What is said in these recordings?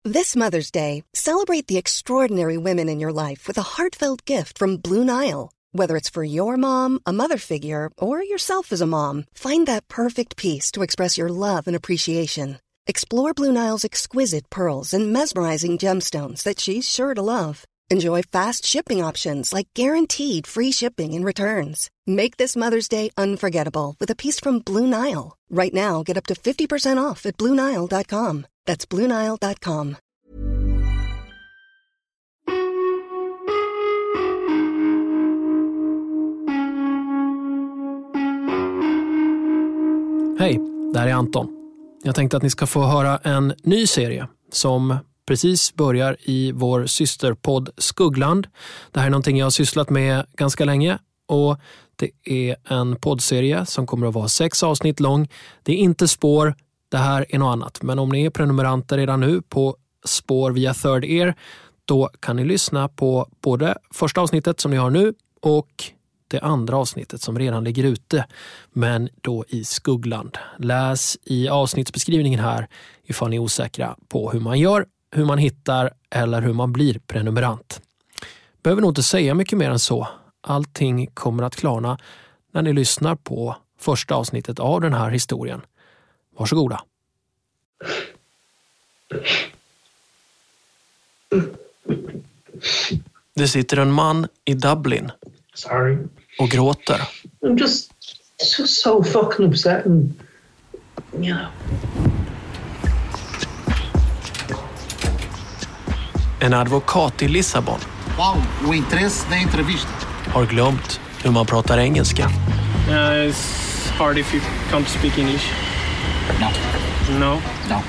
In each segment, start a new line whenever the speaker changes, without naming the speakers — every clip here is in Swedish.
This Mother's Day, celebrate the extraordinary women in your life with a heartfelt gift from Blue Nile. Whether it's for your mom, a mother figure, or yourself as a mom, find that perfect piece to express your love and appreciation. Explore Blue Nile's exquisite pearls and mesmerizing gemstones that she's sure to love. Enjoy fast shipping options like guaranteed free shipping and returns. Make this Mother's Day unforgettable with a piece from Blue Nile. Right now, get up to 50% off at BlueNile.com. That's BlueNile.com.
Hej, det här är Anton. Jag tänkte att ni ska få höra en ny serie som precis börjar i vår systerpodd Skuggland. Det här är någonting jag har sysslat med ganska länge och det är en poddserie som kommer att vara 6 avsnitt lång. Det är inte spår, det här är något annat. Men om ni är prenumeranter redan nu på spår via Third Ear, då kan ni lyssna på både första avsnittet som ni har nu och det andra avsnittet som redan ligger ute, men då i Skuggland. Läs i avsnittsbeskrivningen här ifall ni är osäkra på hur man gör, hur man hittar eller hur man blir prenumerant. Behöver nog inte säga mycket mer än så. Allting kommer att klarna när ni lyssnar på första avsnittet av den här historien. Varsågoda. Det sitter en man i Dublin.
Sorry.
Och gråter.
I'm just so fucking upset and, you know.
En advokat i Lissabon.
Qual o interesse da entrevista?
Har glömt hur man pratar engelska.
It's hard if you can't speak English. No.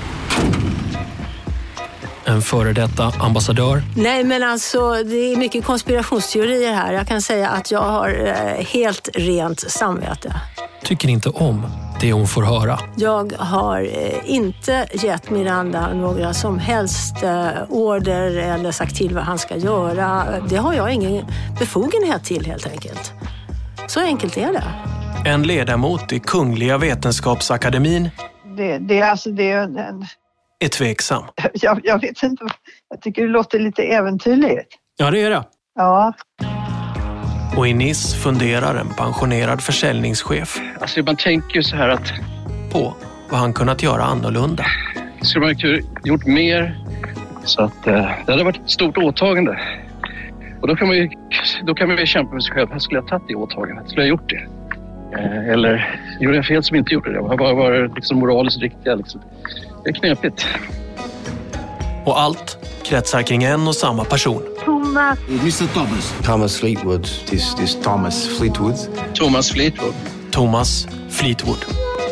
En före detta ambassadör.
Nej, men alltså det är mycket konspirationsteorier här. Jag kan säga att jag har helt rent samvete.
Tycker inte om det hon får höra.
Jag har inte gett Miranda några som helst order eller sagt till vad han ska göra. Det har jag ingen befogenhet till helt enkelt. Så enkelt är det.
En ledamot i Kungliga Vetenskapsakademin
Det
är tveksam.
jag vet inte. Jag tycker det låter lite äventyrligt.
Ja, det är det.
Ja.
Och i Nice funderar en pensionerad försäljningschef.
Alltså man tänker ju så här att
på vad han kunnat göra annorlunda.
skulle man ha gjort mer så att det hade varit ett stort åtagande. Och då kan man ju kämpa med sig själv. Jag skulle ha tagit det åtagandet. Skulle jag ha gjort det? Eller gjorde jag fel som inte gjorde det? Jag bara var liksom moraliskt riktiga. Liksom. Det är knepigt.
Och allt kretsar kring en och samma person.
Thomas.
Mr. Thomas.
Thomas Fleetwood. This Thomas Fleetwood.
Thomas Fleetwood.
Thomas Fleetwood.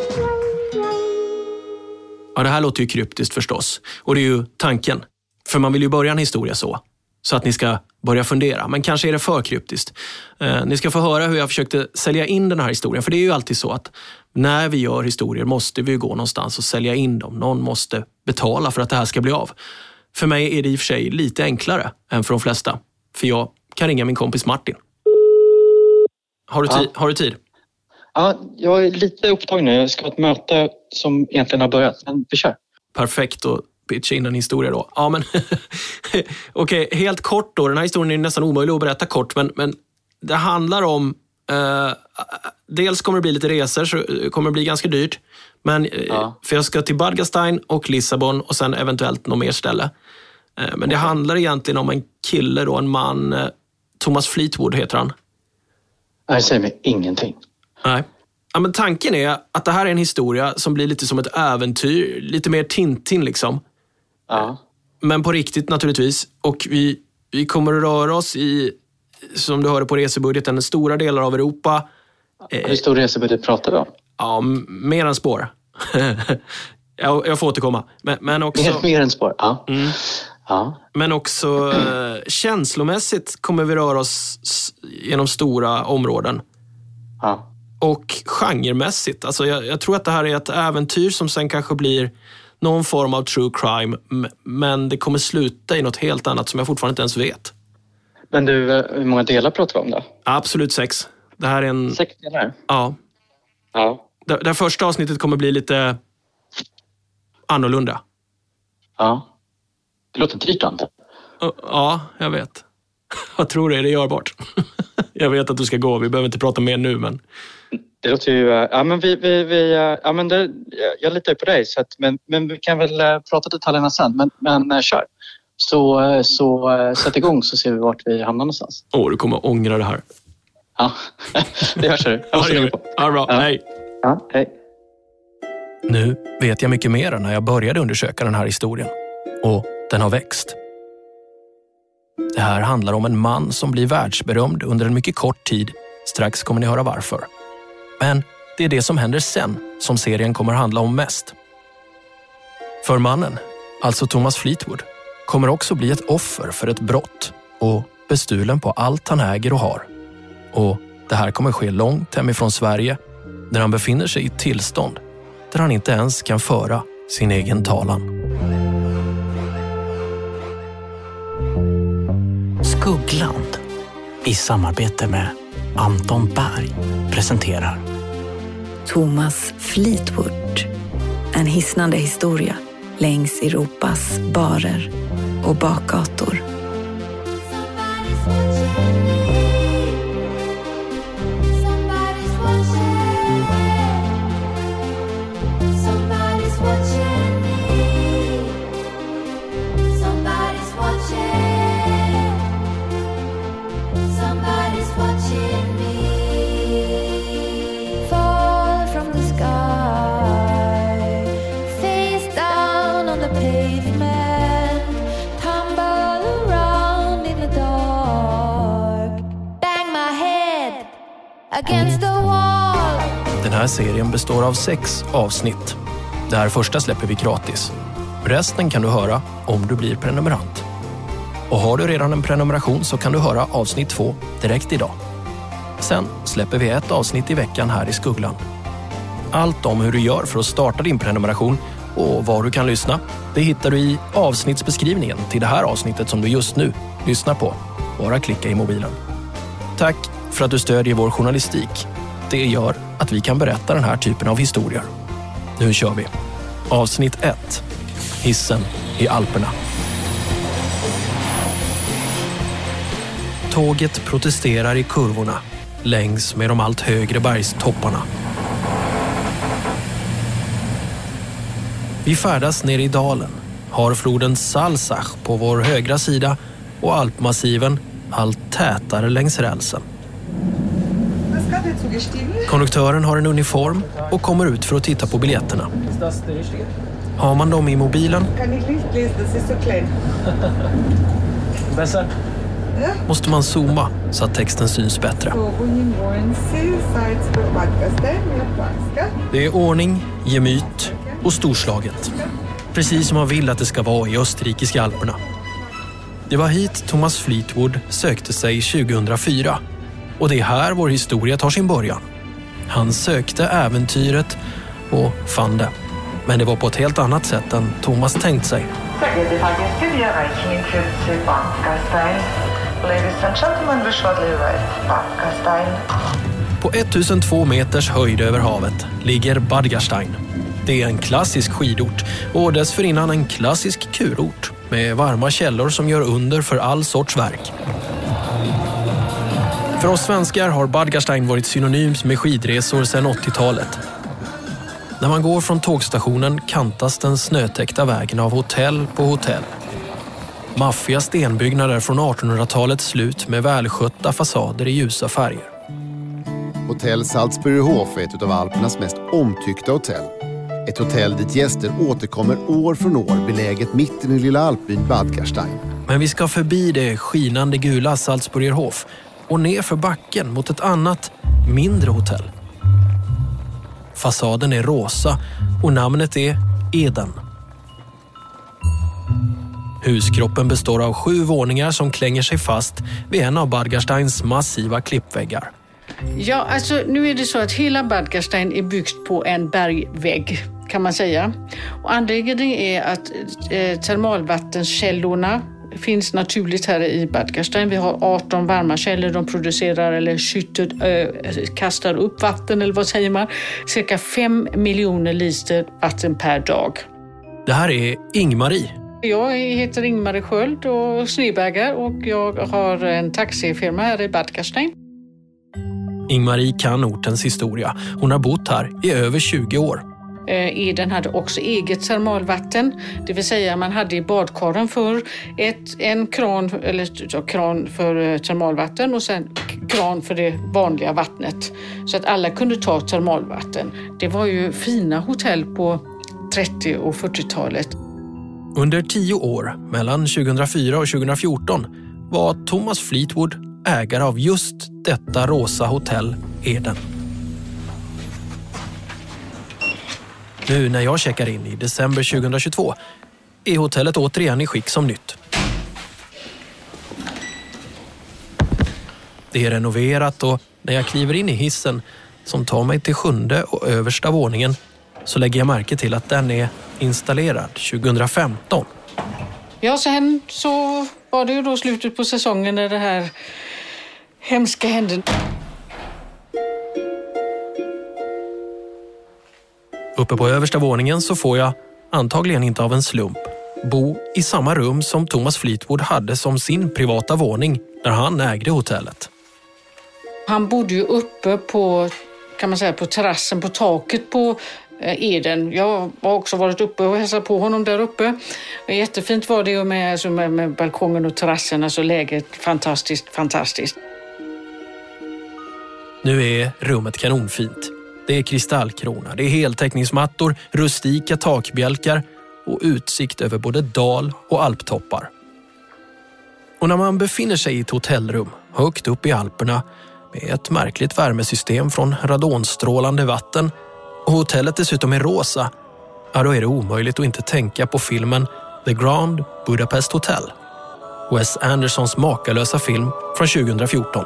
Ja, det här låter ju kryptiskt förstås. Och det är ju tanken. För man vill ju börja en historia så att ni ska börja fundera. Men kanske är det för kryptiskt. Ni ska få höra hur jag försökte sälja in den här historien. För det är ju alltid så att när vi gör historier måste vi gå någonstans och sälja in dem. Någon måste betala för att det här ska bli av. För mig är det i och för sig lite enklare än för de flesta. För jag kan ringa min kompis Martin. Har du tid?
Ja, jag är lite upptagen nu. Jag ska ha ett möte som egentligen har börjat. Men vi kör.
Perfekt att pitcha in en historia då. Ja, men okej, helt kort då. Den här historien är nästan omöjlig att berätta kort. Men det handlar om... dels kommer det bli lite resor, så det kommer bli ganska dyrt. Men för jag ska till Bad Gastein och Lissabon och sen eventuellt något mer ställe. Men det handlar egentligen om en kille då, en man. Thomas Fleetwood heter han.
Jag säger mig ingenting.
Nej. Ja, men tanken är att det här är en historia som blir lite som ett äventyr. Lite mer Tintin liksom.
Ja.
Men på riktigt naturligtvis. Och vi kommer att röra oss i, som du hörde på resebudgeten, stora delar av Europa.
Hur stor resebudget pratar vi om?
Ja, mer än spår. jag får återkomma. Men också...
Mer än spår, ja.
Mm.
Ja.
Men också känslomässigt kommer vi röra oss genom stora områden.
Ja.
Och genremässigt. Alltså jag tror att det här är ett äventyr som sen kanske blir någon form av true crime. Men det kommer sluta i något helt annat som jag fortfarande inte ens vet.
Men du, hur många delar pratar vi om då?
Absolut 6. Det här är en...
6 delar?
Ja. Det första avsnittet kommer bli lite annorlunda.
Ja. Det låter tryckande.
Ja, jag vet. Jag tror det är görbart. Jag vet att du ska gå, vi behöver inte prata mer nu, men...
Det låter ju... Ja, men jag litar ju på dig, så att, men vi kan väl prata detaljerna sen. Men kör. Så sätt igång så ser vi vart vi hamnar någonstans.
Du kommer ångra det här.
Ja, det hörs du.
Ja, bra.
Ja.
Hej.
Ja, hej.
Nu vet jag mycket mer än när jag började undersöka den här historien. Och den har växt. Det här handlar om en man som blir världsberömd under en mycket kort tid. Strax kommer ni höra varför. Men det är det som händer sen som serien kommer handla om mest. För mannen, alltså Thomas Fleetwood, kommer också bli ett offer för ett brott och bestulen på allt han äger och har. Och det här kommer ske långt hemifrån Sverige, där han befinner sig i ett tillstånd där han inte ens kan föra sin egen talan.
Skuggland i samarbete med Anton Berg presenterar
Thomas Fleetwood. En hisnande historia längs Europas barer och bakgator.
Den här serien består av 6 avsnitt. Det här första släpper vi gratis. Resten kan du höra om du blir prenumerant. Och har du redan en prenumeration så kan du höra avsnitt 2 direkt idag. Sen släpper vi ett avsnitt i veckan här i Skuggland. Allt om hur du gör för att starta din prenumeration och var du kan lyssna, det hittar du i avsnittsbeskrivningen till det här avsnittet som du just nu lyssnar på. Bara klicka i mobilen. Tack för att du stödjer vår journalistik. Det gör att vi kan berätta den här typen av historier. Nu kör vi. Avsnitt 1. Hissen i Alperna. Tåget protesterar i kurvorna längs med de allt högre bergstopparna. Vi färdas ner i dalen, har floden Salzach på vår högra sida och alpmassiven allt tätare längs rälsen. Konduktören har en uniform och kommer ut för att titta på biljetterna. Har man dem i mobilen måste man zooma så att texten syns bättre. Det är ordning, gemyt och storslaget. Precis som man vill att det ska vara i österrikiska Alperna. Det var hit Thomas Fleetwood sökte sig 2004. Och det är här vår historia tar sin början. Han sökte äventyret och fann det. Men det var på ett helt annat sätt än Thomas tänkt sig. På 1002 meters höjd över havet ligger Bad Gastein. Det är en klassisk skidort och dessförinnan en klassisk kurort med varma källor som gör under för all sorts verk. För oss svenskar har Bad Gastein varit synonymt med skidresor sedan 80-talet. När man går från tågstationen kantas den snötäckta vägen av hotell på hotell. Maffiga stenbyggnader från 1800-talets slut med välskötta fasader i ljusa färger.
Hotell Salzburgerhof är ett av Alpernas mest omtyckta hotell. Ett hotell dit gäster återkommer år från år, beläget mitt i den lilla alpbyn Bad Gastein.
Men vi ska förbi det skinande gula Salzburgerhof och ner för backen mot ett annat, mindre hotell. Fasaden är rosa och namnet är Eden. Huskroppen består av 7 våningar som klänger sig fast vid en av Bad Gasteins massiva klippväggar.
Ja, alltså nu är det så att hela Bad Gastein är byggt på en bergvägg, kan man säga. Och anledningen är att termalvattenskällorna finns naturligt här i Bad Gastein. Vi har 18 varma källor, de producerar eller kastar upp vatten, eller vad säger man? Cirka 5 miljoner liter vatten per dag.
Det här är Ingmarie.
Jag heter Ingmarie Sköld och Sneberger och jag har en taxifirma här i Bad Gastein.
Ingmarie kan ortens historia. Hon har bott här i över 20 år.
Eden hade också eget termalvatten, det vill säga man hade i badkaren för en kran för termalvatten och sen kran för det vanliga vattnet. Så att alla kunde ta termalvatten. Det var ju fina hotell på 30- och 40-talet.
Under 10 år, mellan 2004 och 2014, var Thomas Fleetwood ägare av just detta rosa hotell Eden. Nu när jag checkar in i december 2022 är hotellet återigen i skick som nytt. Det är renoverat och när jag kliver in i hissen som tar mig till 7:e och översta våningen så lägger jag märke till att den är installerad 2015.
Ja, sen så var det ju då slutet på säsongen när det här hemska hände.
Uppe på översta våningen så får jag, antagligen inte av en slump, bo i samma rum som Thomas Fleetwood hade som sin privata våning när han ägde hotellet.
Han bodde ju uppe på, kan man säga, på terrassen, på taket på Eden. Jag har också varit uppe och hälsat på honom där uppe. Jättefint var det med balkongen och terrassen, alltså läget fantastiskt.
Nu är rummet kanonfint. Det är kristallkrona, det är heltäckningsmattor, rustika takbjälkar och utsikt över både dal och alptoppar. Och när man befinner sig i ett hotellrum högt upp i Alperna med ett märkligt värmesystem från radonstrålande vatten och hotellet dessutom är rosa, ja då är det omöjligt att inte tänka på filmen The Grand Budapest Hotel. Wes Andersons makalösa film från 2014.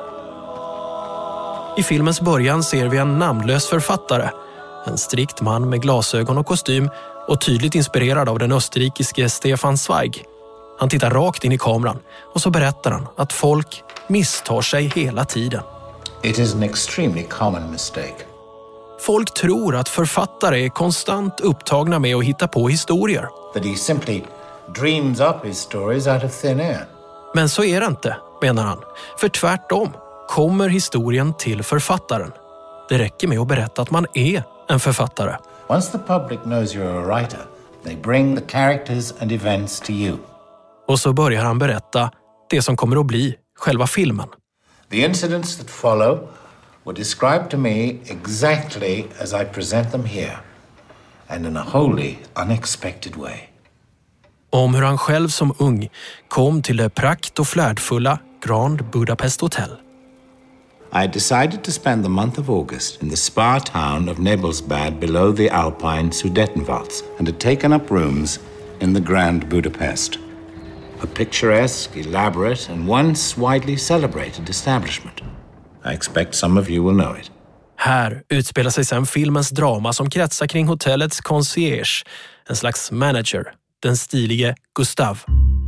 I filmens början ser vi en namnlös författare, en strikt man med glasögon och kostym och tydligt inspirerad av den österrikiske Stefan Zweig. Han tittar rakt in i kameran och så berättar han att folk misstar sig hela tiden.
It is an extremely common mistake.
Folk tror att författare är konstant upptagna med att hitta på historier.
That he simply dreams up his stories out of thin air.
Men så är det inte, menar han. För tvärtom kommer historien till författaren. Det räcker med att berätta att man är en författare.
Once the public knows you're a writer, they bring the characters and events to you.
Och så börjar han berätta det som kommer att bli själva filmen.
The incidents that follow were described to me exactly as I present them here, and in a wholly unexpected way.
Om hur han själv som ung kom till det prakt- och flärdfulla Grand Budapest Hotel.
I decided to spend the month of August in the spa town of Nebelsbad below the Alpine Sudetenwalds and had taken up rooms in the Grand Budapest. A picturesque, elaborate and once widely celebrated establishment. I expect some of you will know it.
Här utspelar sig sedan filmens drama som kretsar kring hotellets concierge, en slags manager, den stilige Gustav.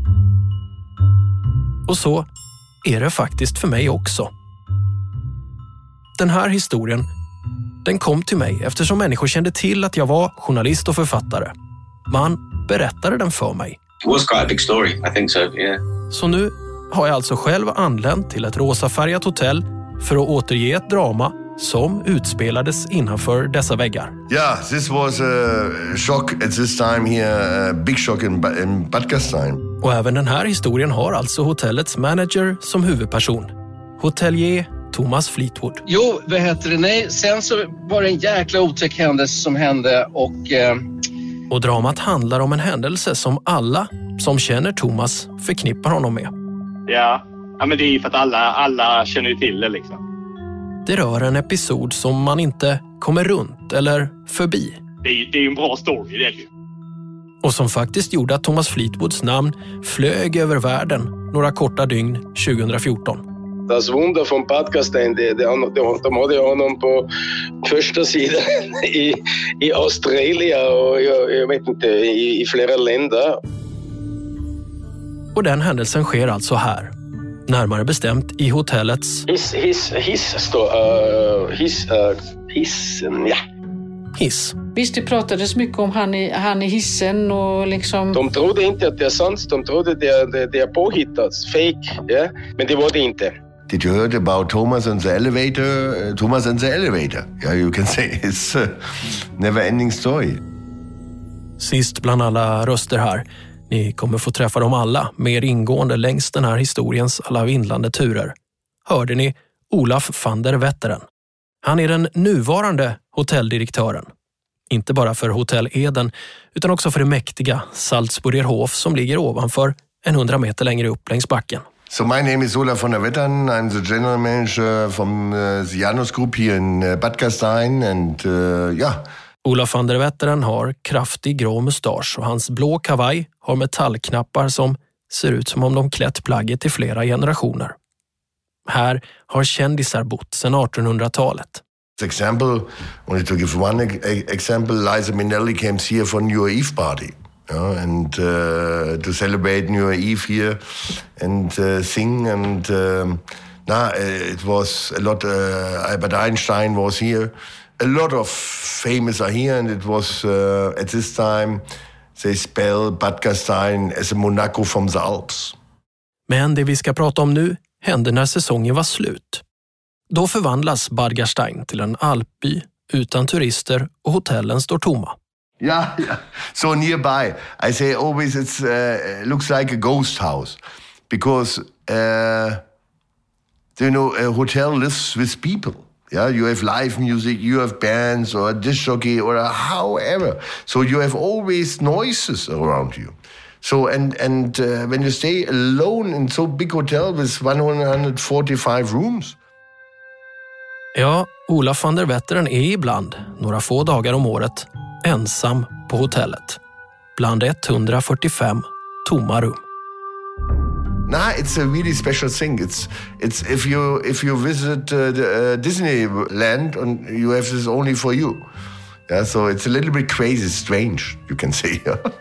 Och så är det faktiskt för mig också. Den här historien, den kom till mig eftersom människor kände till att jag var journalist och författare. Man berättade den för mig.
It was quite a big story, I think so, yeah.
Så nu har jag alltså själv anlänt till ett rosafärgat hotell för att återge ett drama som utspelades innanför dessa väggar.
Yeah, this was a shock at this time here, a big shock in Bad Gastein.
Och även den här historien har alltså hotellets manager som huvudperson. Hotelier Thomas Fleetwood.
Jo, vad heter det? Nej, sen så var det en jäkla otäck händelse som hände
Och dramat handlar om en händelse som alla som känner Thomas förknippar honom med.
Ja men det är ju för att alla känner ju till det liksom.
Det rör en episod som man inte kommer runt eller förbi.
Det är ju en bra story, det är ju.
Och som faktiskt gjorde att Thomas Fleetwoods namn flög över världen några korta dygn 2014.
Das Wunder från Bad Gastein, de hade honom på första sidan i Australien och jag vet inte, i flera länder.
Och den händelsen sker alltså här. Närmare bestämt i hotellets...
Hissen, ja.
hiss.
Visst, det pratades mycket om han i hissen och liksom...
De trodde inte att det är sant, de trodde det är påhittat, fake, ja? Men det var det inte.
Did you heard about Thomas and the elevator? Thomas and the elevator. Yeah, you can say it's a never-ending story.
Sist bland alla röster här. Ni kommer få träffa dem alla mer ingående längs den här historiens alla vindlande turer. Hörde ni Olaf van der Wetteren. Han är den nuvarande hotelldirektören. Inte bara för Hotell Eden utan också för det mäktiga Salzburgerhof som ligger ovanför 100 meter längre upp längs backen.
So my name is Olaf van der Wetteren. I'm the general manager from the Janus Group here in Bad Gastein and
Olaf van der Wetteren har kraftig grå mustasch och hans blå kavaj har metallknappar som ser ut som om de klätt plagget i flera generationer. Här har kändisar bott sedan 1800-talet.
Example, only to give one example, Liza Minnelli came here for New Year Eve party. And to celebrate New Year Eve here and sing and it was a lot. Albert Einstein was here. A lot of famous are here, and it was at this time they spell Bad Gastein as a Monaco from the Alps.
Men det vi ska prata om nu hände när säsongen var slut. Då förvandlas Bad Gastein till en alpby utan turister och hotellen står tomma.
Yeah. So nearby, I say always it looks like a ghost house because a hotel lives with people. Yeah, you have live music, you have bands or a disc jockey or however. So you have always noises around you. So and when you stay alone in so big hotel with 145 rooms.
Ja, Olaf van der Wetteren är ibland, några få dagar om året, ensam på hotellet. Bland 145 tomma rum.
Nah, it's a really special thing. It's if you visit Disneyland and you have this only for you. Yeah, so it's a little bit crazy, strange, you can say.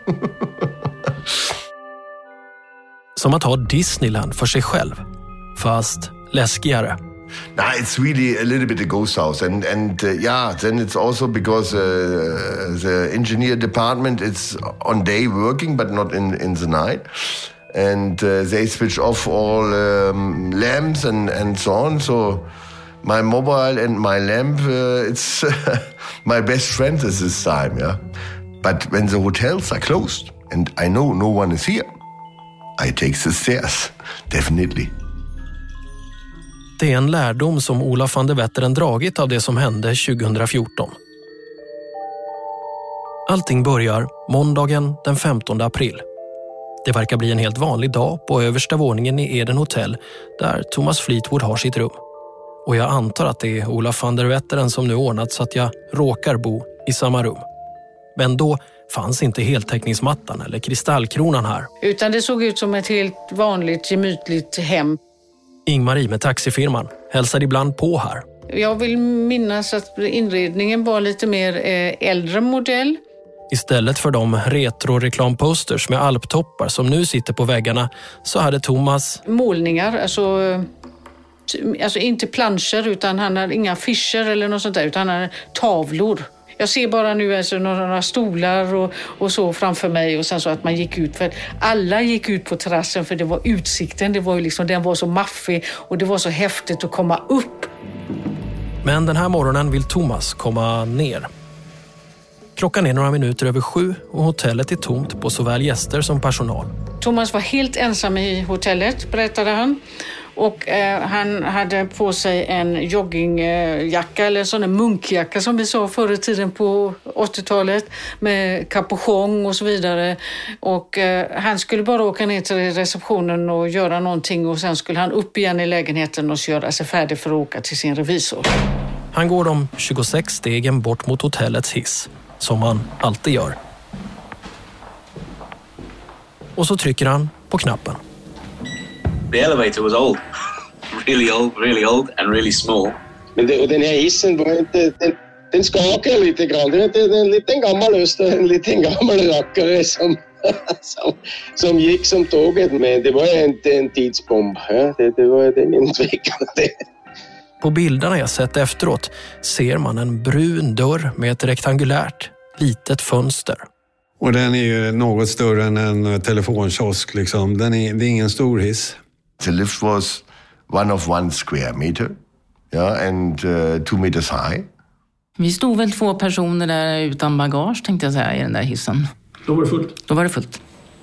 Som att ha Disneyland för sig själv, fast läskigare.
Nah, it's really a little bit a ghost house, and then it's also because the engineer department it's on day working, but not in the night, and they switch off all lamps and so on. So my mobile and my lamp, it's my best friend at this time, yeah. But when the hotels are closed and I know no one is here, I take the stairs, definitely.
Det är en lärdom som Olaf van der Wetteren dragit av det som hände 2014. Allting börjar måndagen den 15 april. Det verkar bli en helt vanlig dag på översta våningen i Eden Hotel där Thomas Fleetwood har sitt rum. Och jag antar att det är Olaf van der Wetteren som nu ordnat så att jag råkar bo i samma rum. Men då fanns inte heltäckningsmattan eller kristallkronan här.
Utan det såg ut som ett helt vanligt gemytligt hem.
Ingmarie med taxifirman hälsade ibland på här.
Jag vill minnas att inredningen var lite mer äldre modell.
Istället för de retro-reklamposters med alptoppar som nu sitter på väggarna så hade Thomas
målningar, alltså inte planscher utan han hade inga affischer eller något sånt där utan han hade tavlor. Jag ser bara nu alltså några stolar och så framför mig och sen så att man gick ut för alla gick ut på terrassen för det var utsikten, det var ju liksom, den var så maffig och det var så häftigt att komma upp.
Men den här morgonen vill Thomas komma ner. Klockan är några minuter över 7 och hotellet är tomt på såväl gäster som personal.
Thomas var helt ensam i hotellet, berättade han. Och han hade på sig en joggingjacka eller en sån munkjacka som vi sa förr i tiden på 80-talet med kapuschong och så vidare. Och han skulle bara åka ner till receptionen och göra någonting och sen skulle han upp igen i lägenheten och göra sig färdig för att åka till sin revisor.
Han går de 26 stegen bort mot hotellets hiss, som han alltid gör. Och så trycker han på knappen.
The elevator was old, really old and really small.
Men den här hissen var inte, den skakade lite grann. Det är en liten gammal en liten gammal rackare som gick som tåget. Men det var inte en tidsbomb. Ja? Det var ingen tvekan.
På bilderna jag sett efteråt ser man en brun dörr med ett rektangulärt, litet fönster.
Och den är ju något större än en telefonkiosk liksom. Det är ingen stor hiss.
The lift was 1 square meter, and 2 meters high.
Vi stod väl 2 personer där utan bagage, tänkte jag säga, i den där hissen.
Då var det fullt?
Då var det fullt.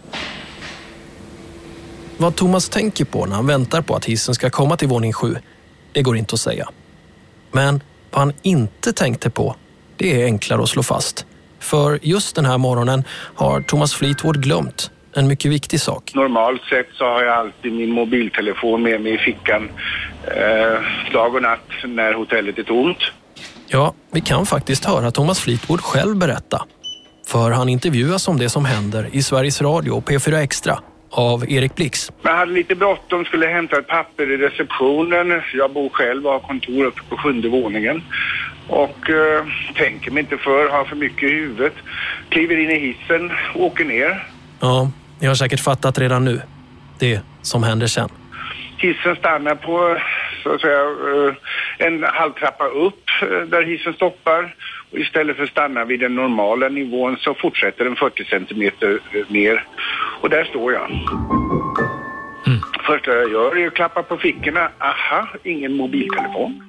Vad Thomas tänker på när han väntar på att hissen ska komma till våning 7, det går inte att säga. Men vad han inte tänkte på, det är enklare att slå fast. För just den här morgonen har Thomas Fleetwood glömt en mycket viktig sak.
Normalt sett så har jag alltid min mobiltelefon med mig i fickan dag och natt när hotellet är tomt.
Ja, vi kan faktiskt höra Thomas Fleetwood själv berätta. För han intervjuas om det som händer i Sveriges Radio och P4 Extra av Erik Blix.
Jag hade lite bråttom, skulle hämta ett papper i receptionen. Jag bor själv och har kontor uppe på 7:e våningen. Och tänker mig inte har för mycket i huvudet. Kliver in i hissen, åker ner.
Ja, jag har säkert fattat redan nu. Det som händer sen.
Hissen stannar på så att säga, en halvtrappa upp där hissen stoppar. Och istället för att stanna vid den normala nivån så fortsätter den 40 centimeter ner. Och där står jag. Första jag gör är att klappa på fickorna. Aha, ingen mobiltelefon.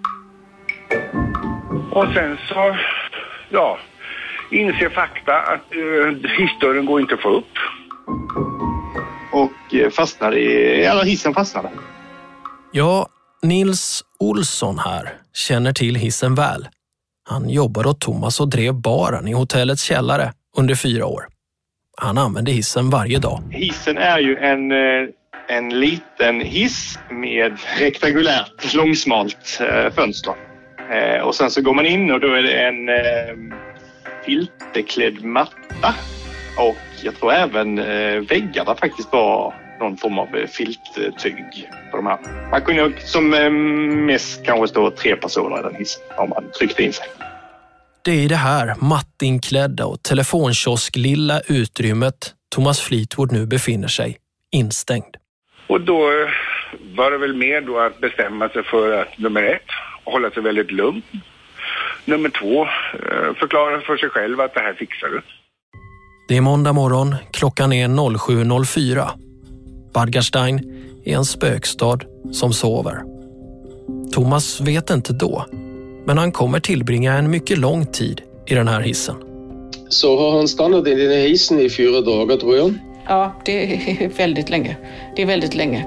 Och sen så, inser fakta att hissdörren går inte att få upp.
Och fastnade hissen fastnade.
Ja, Nils Olsson här känner till hissen väl. Han jobbade åt Thomas och drev baren i hotellets källare under 4 år. Han använde hissen varje dag.
Hissen är ju en liten hiss med rektangulärt långsmalt fönster. Och sen så går man in och då är det en filterklädd matta. Och jag tror även väggarna faktiskt var någon form av filttyg på de här. Man kunde som mest kanske stå 3 personer i den hissen om man tryckte in sig.
Det är i det här mattinklädda och telefonkiosk-lilla utrymmet Thomas Fleetwood nu befinner sig, instängd.
Och då var det väl mer då att bestämma sig för att nummer 1, hålla sig väldigt lugn. Nummer 2, förklara för sig själv att det här fixar du.
Det är måndag morgon, klockan är 07.04. Bad Gastein är en spökstad som sover. Thomas vet inte då, men han kommer tillbringa en mycket lång tid i den här hissen.
Så har han stannat i den här hissen i 4 dagar, tror jag.
Ja, det är väldigt länge. Det är väldigt länge.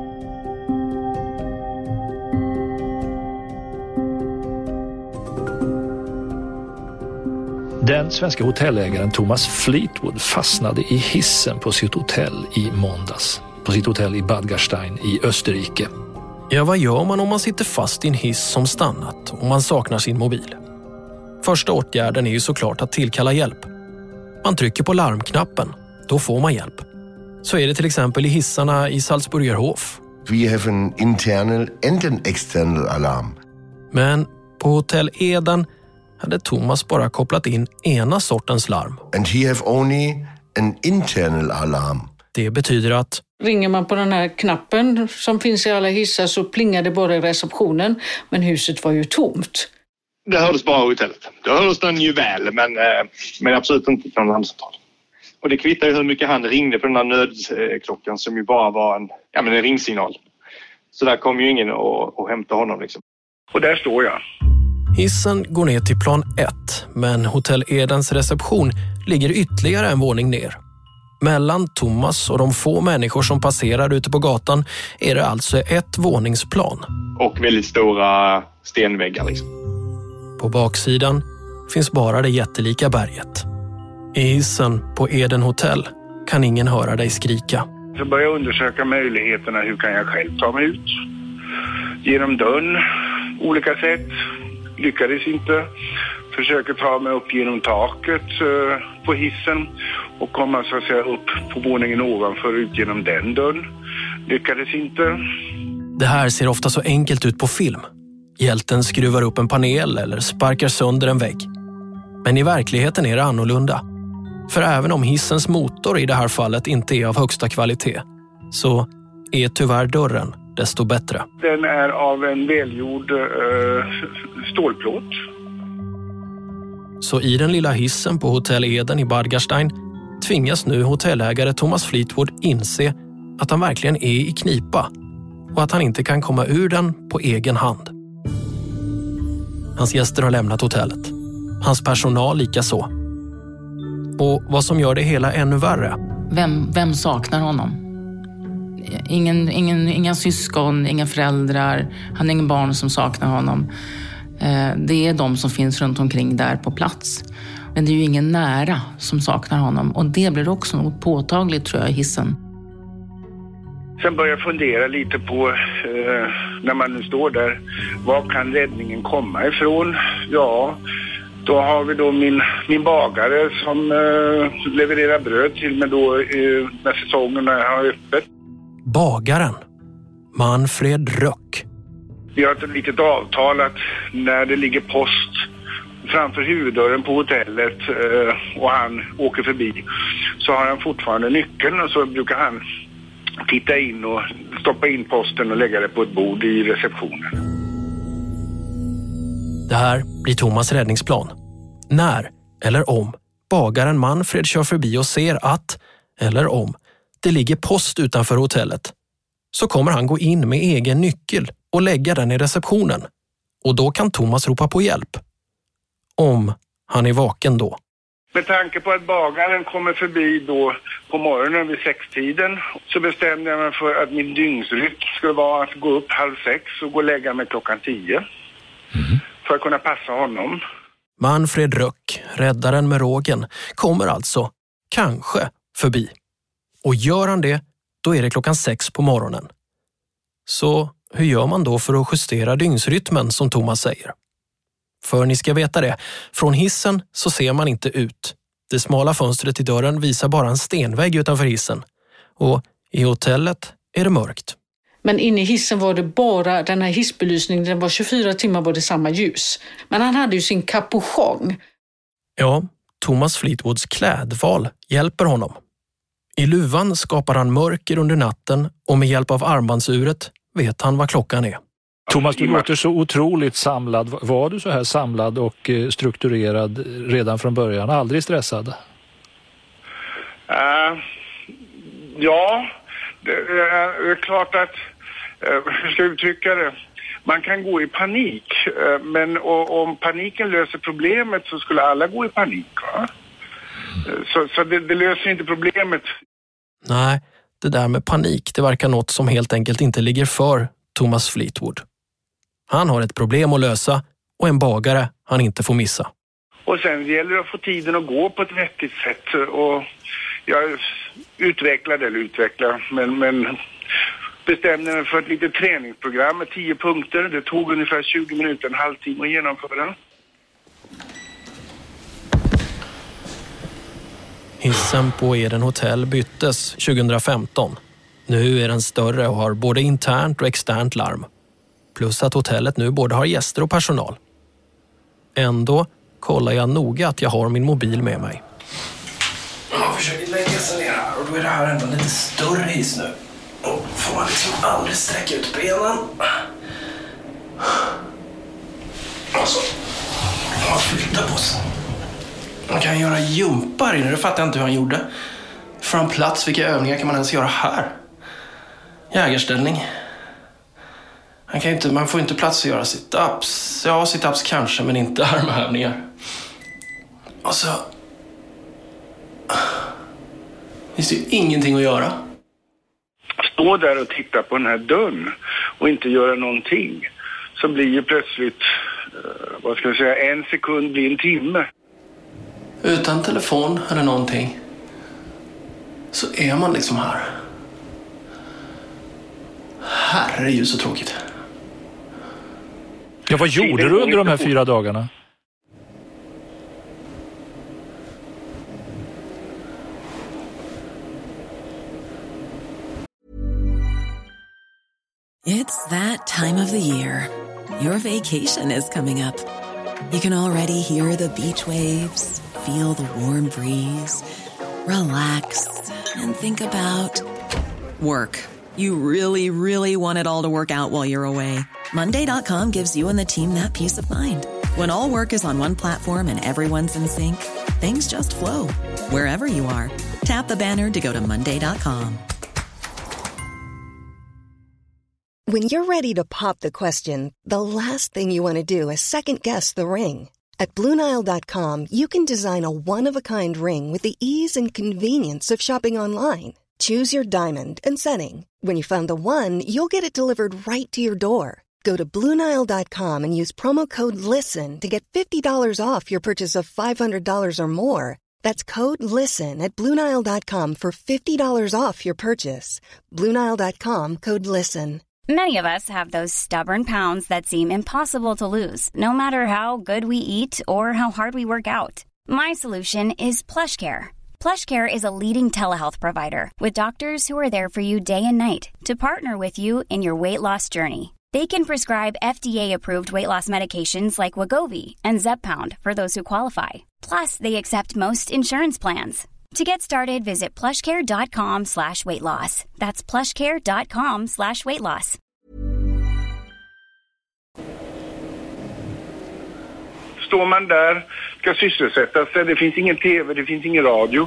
Den svenska hotellägaren Thomas Fleetwood fastnade i hissen på sitt hotell i måndags. På sitt hotell i Bad Gastein i Österrike.
Ja, vad gör man om man sitter fast i en hiss som stannat och man saknar sin mobil? Första åtgärden är ju såklart att tillkalla hjälp. Man trycker på larmknappen, då får man hjälp. Så är det till exempel i hissarna i Salzburgerhof.
We have an internal and an external alarm.
Men på Hotell Eden hade Thomas bara kopplat in ena sortens larm.
And he have only an internal alarm.
Det betyder att
ringer man på den här knappen som finns i alla hissar så plingar det bara i receptionen, men huset var ju tomt.
Det hördes bara i hotellet. Det hördes den ju väl, men absolut inte från larmcentral. Och det kvittar ju hur mycket han ringde på den här nödklockan som ju bara var en ringsignal. Så där kom ju ingen och hämta honom liksom.
Och där står jag.
Hissen går ner till plan 1, men Hotell Edens reception ligger ytterligare en våning ner. Mellan Thomas och de få människor som passerar ute på gatan är det alltså ett våningsplan.
Och väldigt stora stenväggar liksom.
På baksidan finns bara det jättelika berget. I hissen på Eden Hotel kan ingen höra dig skrika.
Så börjar jag undersöka möjligheterna, hur kan jag själv ta mig ut? Genom dörren, olika sätt. Lyckades inte. Försöker ta mig upp genom taket på hissen och komma så att säga upp på våningen ovanför ut genom den dörren. Lyckades inte.
Det här ser ofta så enkelt ut på film. Hjälten skruvar upp en panel eller sparkar sönder en vägg. Men i verkligheten är det annorlunda. För även om hissens motor i det här fallet inte är av högsta kvalitet så är tyvärr dörren desto bättre.
Den är av en välgjord stålplåt.
Så i den lilla hissen på Hotell Eden i Bad Gastein tvingas nu hotellägare Thomas Fleetwood inse att han verkligen är i knipa och att han inte kan komma ur den på egen hand. Hans gäster har lämnat hotellet. Hans personal lika så. Och vad som gör det hela ännu värre.
Vem saknar honom? Inga syskon, inga föräldrar. Han har ingen barn som saknar honom. Det är de som finns runt omkring där på plats. Men det är ju ingen nära som saknar honom. Och det blir också något påtagligt, tror jag, i hissen.
Sen börjar jag fundera lite på, när man nu står där, var kan räddningen komma ifrån? Ja, då har vi då min bagare som levererar bröd till mig då när säsongerna har öppet.
Bagaren, Manfred Röck.
Vi har ett litet avtal att när det ligger post framför huvuddörren på hotellet och han åker förbi, så har han fortfarande nyckeln, och så brukar han titta in och stoppa in posten och lägga det på ett bord i receptionen.
Det här blir Thomas räddningsplan. När, eller om, bagaren Manfred kör förbi och ser att, eller om, det ligger post utanför hotellet, så kommer han gå in med egen nyckel och lägga den i receptionen. Och då kan Thomas ropa på hjälp. Om han är vaken då.
Med tanke på att bagaren kommer förbi då på morgonen vid 6-tiden, så bestämde jag mig för att min dygnsrytm skulle vara att gå upp 5:30 och gå och lägga mig 10:00. För att kunna passa honom.
Manfred Röck, räddaren med rågen, kommer alltså, kanske, förbi. Och gör han det, då är det 6:00 på morgonen. Så hur gör man då för att justera dygnsrytmen, som Thomas säger? För ni ska veta det, från hissen så ser man inte ut. Det smala fönstret i dörren visar bara en stenvägg utanför hissen. Och i hotellet är det mörkt.
Men inne i hissen var det bara den här hissbelysningen, den var 24 timmar var det samma ljus. Men han hade ju sin kapuschong.
Ja, Thomas Fleetwoods klädval hjälper honom. I luvan skapar han mörker under natten och med hjälp av armbandsuret vet han vad klockan är.
Thomas, du låter så otroligt samlad. Var du så här samlad och strukturerad redan från början? Aldrig stressad?
Ja, det är klart att, hur ska jag uttrycka det? Man kan gå i panik, men om paniken löser problemet så skulle alla gå i panik, va? Så det löser inte problemet.
Nej, det där med panik, det verkar något som helt enkelt inte ligger för Thomas Fleetwood. Han har ett problem att lösa och en bagare han inte får missa.
Och sen gäller det att få tiden att gå på ett vettigt sätt. Och jag utvecklar, men bestämde mig för ett litet träningsprogram med 10 punkter. Det tog ungefär 20 minuter, en halvtimme att genomföra.
Hissen på Eden Hotel byttes 2015. Nu är den större och har både internt och externt larm. Plus att hotellet nu både har gäster och personal. Ändå kollar jag noga att jag har min mobil med mig.
Man försöker lägga sig ner här och då är det här ändå lite större hiss nu. Och får man liksom aldrig sträcka ut benen. Alltså, man flyttar på sig. Man kan göra jumpar inne, det fattar jag inte hur han gjorde. Från plats, vilka övningar kan man ens göra här? Jägarställning. Man får inte plats att göra sit-ups. Ja, sit-ups kanske, men inte armhävningar. Och så... finns det ju ingenting att göra.
Stå där och titta på den här dörren och inte göra någonting. Så blir ju plötsligt, vad ska jag säga, 1 sekund blir en timme.
Utan telefon eller någonting så är man liksom här. Herregud så tråkigt.
Ja, vad gjorde du under de här 4 dagarna?
It's that time of the year. Your vacation is coming up. You can already hear the beach waves, feel the warm breeze, relax and think about work. You really, really want it all to work out while you're away. Monday.com gives you and the team that peace of mind. When all work is on one platform and everyone's in sync, things just flow. Wherever you are, tap the banner to go to Monday.com.
When you're ready to pop the question, the last thing you want to do is second-guess the ring. At BlueNile.com, you can design a one-of-a-kind ring with the ease and convenience of shopping online. Choose your diamond and setting. When you find the one, you'll get it delivered right to your door. Go to BlueNile.com and use promo code LISTEN to get $50 off your purchase of $500 or more. That's code LISTEN at BlueNile.com for $50 off your purchase. BlueNile.com, code LISTEN.
Many of us have those stubborn pounds that seem impossible to lose, no matter how good we eat or how hard we work out. My solution is PlushCare. PlushCare is a leading telehealth provider with doctors who are there for you day and night to partner with you in your weight loss journey. They can prescribe FDA-approved weight loss medications like Wegovy and Zepbound for those who qualify. Plus, they accept most insurance plans. To get started, visit plushcare.com/weightloss. That's plushcare.com/weightloss.
Står man där, ska sysselsätta sig, det finns ingen tv, det finns ingen radio.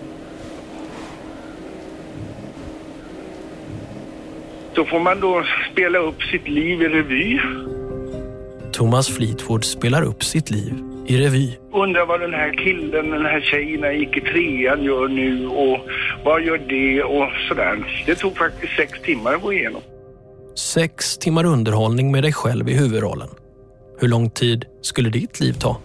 Så får man då spela upp sitt liv i revy.
Thomas Fleetwood spelar upp sitt liv i revy.
Undrar vad den här killen, den här tjejen gick i 3:an gör nu och vad gör det och sådär. Det tog faktiskt 6 timmar att gå igenom.
6 timmar underhållning med dig själv i huvudrollen. Hur lång tid skulle ditt liv ta?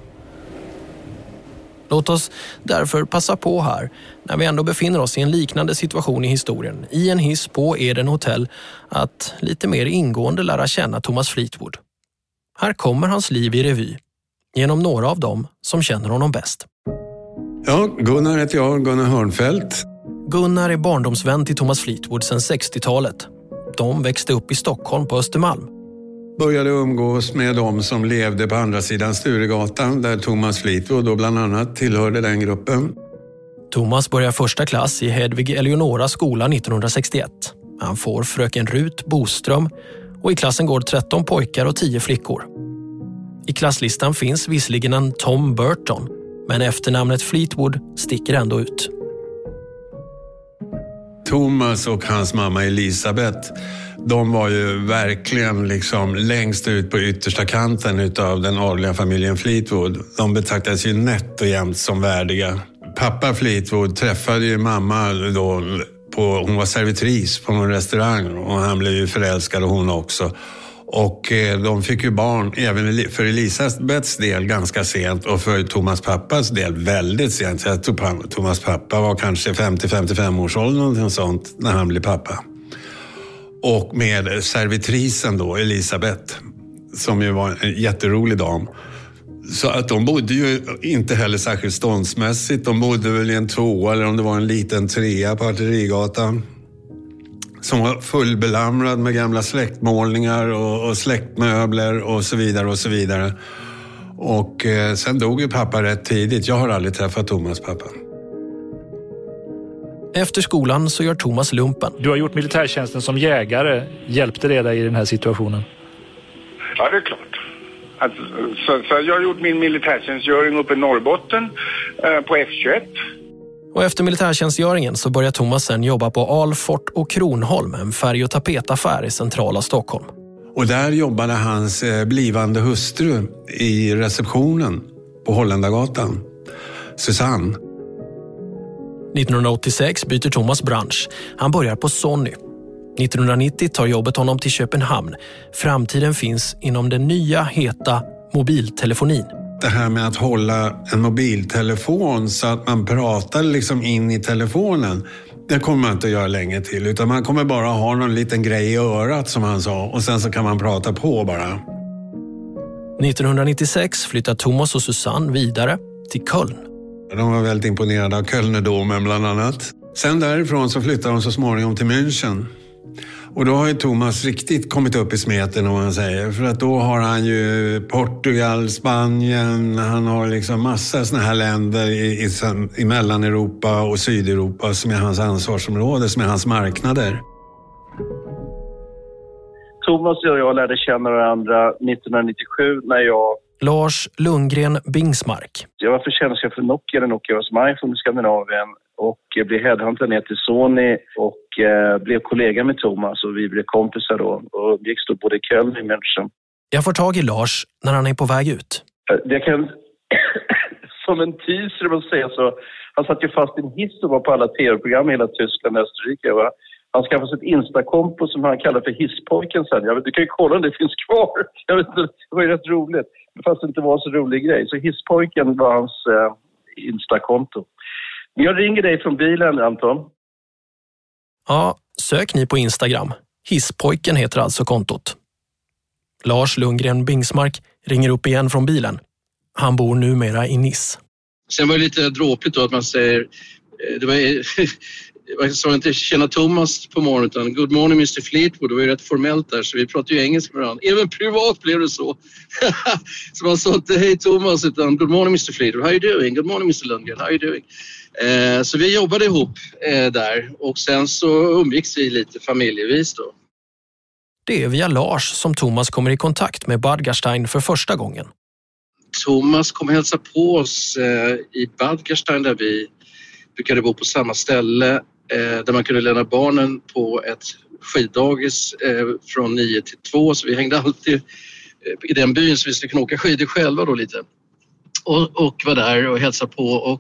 Låt oss därför passa på här, när vi ändå befinner oss i en liknande situation i historien, i en hiss på Eden Hotel, att lite mer ingående lära känna Thomas Fleetwood. Här kommer hans liv i revy, genom några av dem som känner honom bäst.
Ja, Gunnar heter jag, Gunnar Hörnfeldt.
Gunnar är barndomsvän till Thomas Fleetwood sedan 60-talet. De växte upp i Stockholm på Östermalm.
Började umgås med de som levde på andra sidan Sturegatan, där Thomas Fleetwood då bland annat tillhörde den gruppen.
Thomas börjar första klass i Hedvig Eleonora skola 1961. Han får fröken Rut Boström och i klassen går 13 pojkar och 10 flickor. I klasslistan finns visserligen en Tom Burton, men efternamnet Fleetwood sticker ändå ut.
Thomas och hans mamma Elisabeth, de var ju verkligen liksom längst ut på yttersta kanten utav den adliga familjen Fleetwood. De betraktades ju nätt och jämnt som värdiga. Pappa Fleetwood träffade ju mamma då hon var servitris på någon restaurang och han blev ju förälskad och hon också. Och de fick ju barn även för Elisabeths del ganska sent och för Thomas pappas del väldigt sent. Jag tror Thomas pappa var kanske 50-55 års ålder någonting sånt när han blev pappa. Och med servitrisen då, Elisabeth, som ju var en jätterolig dam. Så att de bodde ju inte heller särskilt ståndsmässigt. De bodde väl i en 2 eller om det var en liten 3 på Artillerigatan. Som var fullbelamrad med gamla släktmålningar och släktmöbler och så vidare och så vidare. Och sen dog ju pappa rätt tidigt. Jag har aldrig träffat Thomas pappa.
Efter skolan så gör Thomas lumpen.
Du har gjort militärtjänsten som jägare. Hjälpte det dig i den här situationen?
Ja, det är klart. Alltså, så jag har gjort min militärtjänstgöring uppe i Norrbotten på F21.
Och efter militärtjänstgöringen så börjar Thomas sen jobba på Alfort och Kronholm, en färg- och tapetaffär i centrala Stockholm.
Och där jobbade hans blivande hustru i receptionen på Holländargatan, Susanne.
1986 byter Thomas bransch. Han börjar på Sony. 1990 tar jobbet honom till Köpenhamn. Framtiden finns inom den nya heta mobiltelefonin.
Det här med att hålla en mobiltelefon så att man pratar liksom in i telefonen, det kommer man inte att göra länge till. Utan man kommer bara ha någon liten grej i örat som han sa och sen så kan man prata på bara.
1996 flyttar Thomas och Susanne vidare till Köln.
De var väldigt imponerade av Kölnerdomen bland annat. Sen därifrån så flyttar de så småningom till München. Och då har ju Thomas riktigt kommit upp i smeten om man säger. För att då har han ju Portugal, Spanien, han har liksom massa såna här länder i Mellaneuropa och Sydeuropa som är hans ansvarsområde, som är hans marknader.
Thomas och jag lärde känna varandra 1997 när jag...
Lars Lundgren Bingsmark.
Jag var förtjänstchef för Nokia, eller Nokia var som iPhone i Skandinavien, och blev headhuntad ner till Sony och blev kollega med Thomas, och vi blev kompisar då och gick då både i Köln och i München.
Jag får tag i Lars när han är på väg ut.
Det kan... som en teaser, man säger så. Han satt ju fast i en hiss och var på alla tv-program i hela Tyskland och Österrike. Va? Han skaffade sig ett Insta-konto som han kallar för Hisspojken sen. Du kan ju kolla om det finns kvar. Jag vet inte, det var ju rätt roligt. Fast det inte var så rolig grej. Så Hisspojken var hans Insta-konto. Jag ringer dig från bilen, Anton.
Ja, sök ni på Instagram. Hisspojken heter alltså kontot. Lars Lundgren Bingsmark ringer upp igen från bilen. Han bor numera i Nice.
Sen var det lite dråpligt då att man säger... Det var så inte känna Thomas på morgonen, utan good morning Mr. Fleetwood. Det var ju rätt formellt där, så vi pratade ju engelska med varandra. Även privat blev det så. Så man sa inte hej Thomas, utan good morning Mr. Fleetwood. How are you doing? Good morning Mr. Lundgren. How are you doing? Så vi jobbade ihop där, och sen så umgicks vi lite familjevis då.
Det är via Lars som Thomas kommer i kontakt med Bad Gastein för första gången.
Thomas kom hälsa på oss i Bad Gastein, där vi brukade bo på samma ställe, där man kunde lämna barnen på ett skiddagis från 9 till 2. Så vi hängde alltid i den byn, så vi skulle kunna åka skidor själva då lite. Och var där och hälsa på, och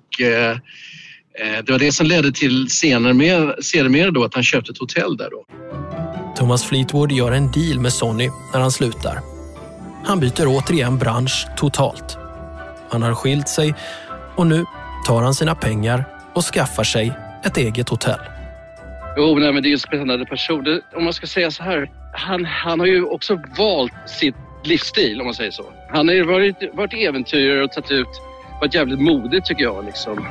det var det som ledde till senare då att han köpte ett hotell där då.
Thomas Fleetwood gör en deal med Sony när han slutar. Han byter återigen bransch totalt. Han har skilt sig och nu tar han sina pengar och skaffar sig ett eget hotell.
Jo, nej, men det är en spännande person. Om man ska säga så här, han har ju också valt sitt livsstil, om man säger så. Han har ju varit äventyrare och varit jävligt modig, tycker jag liksom.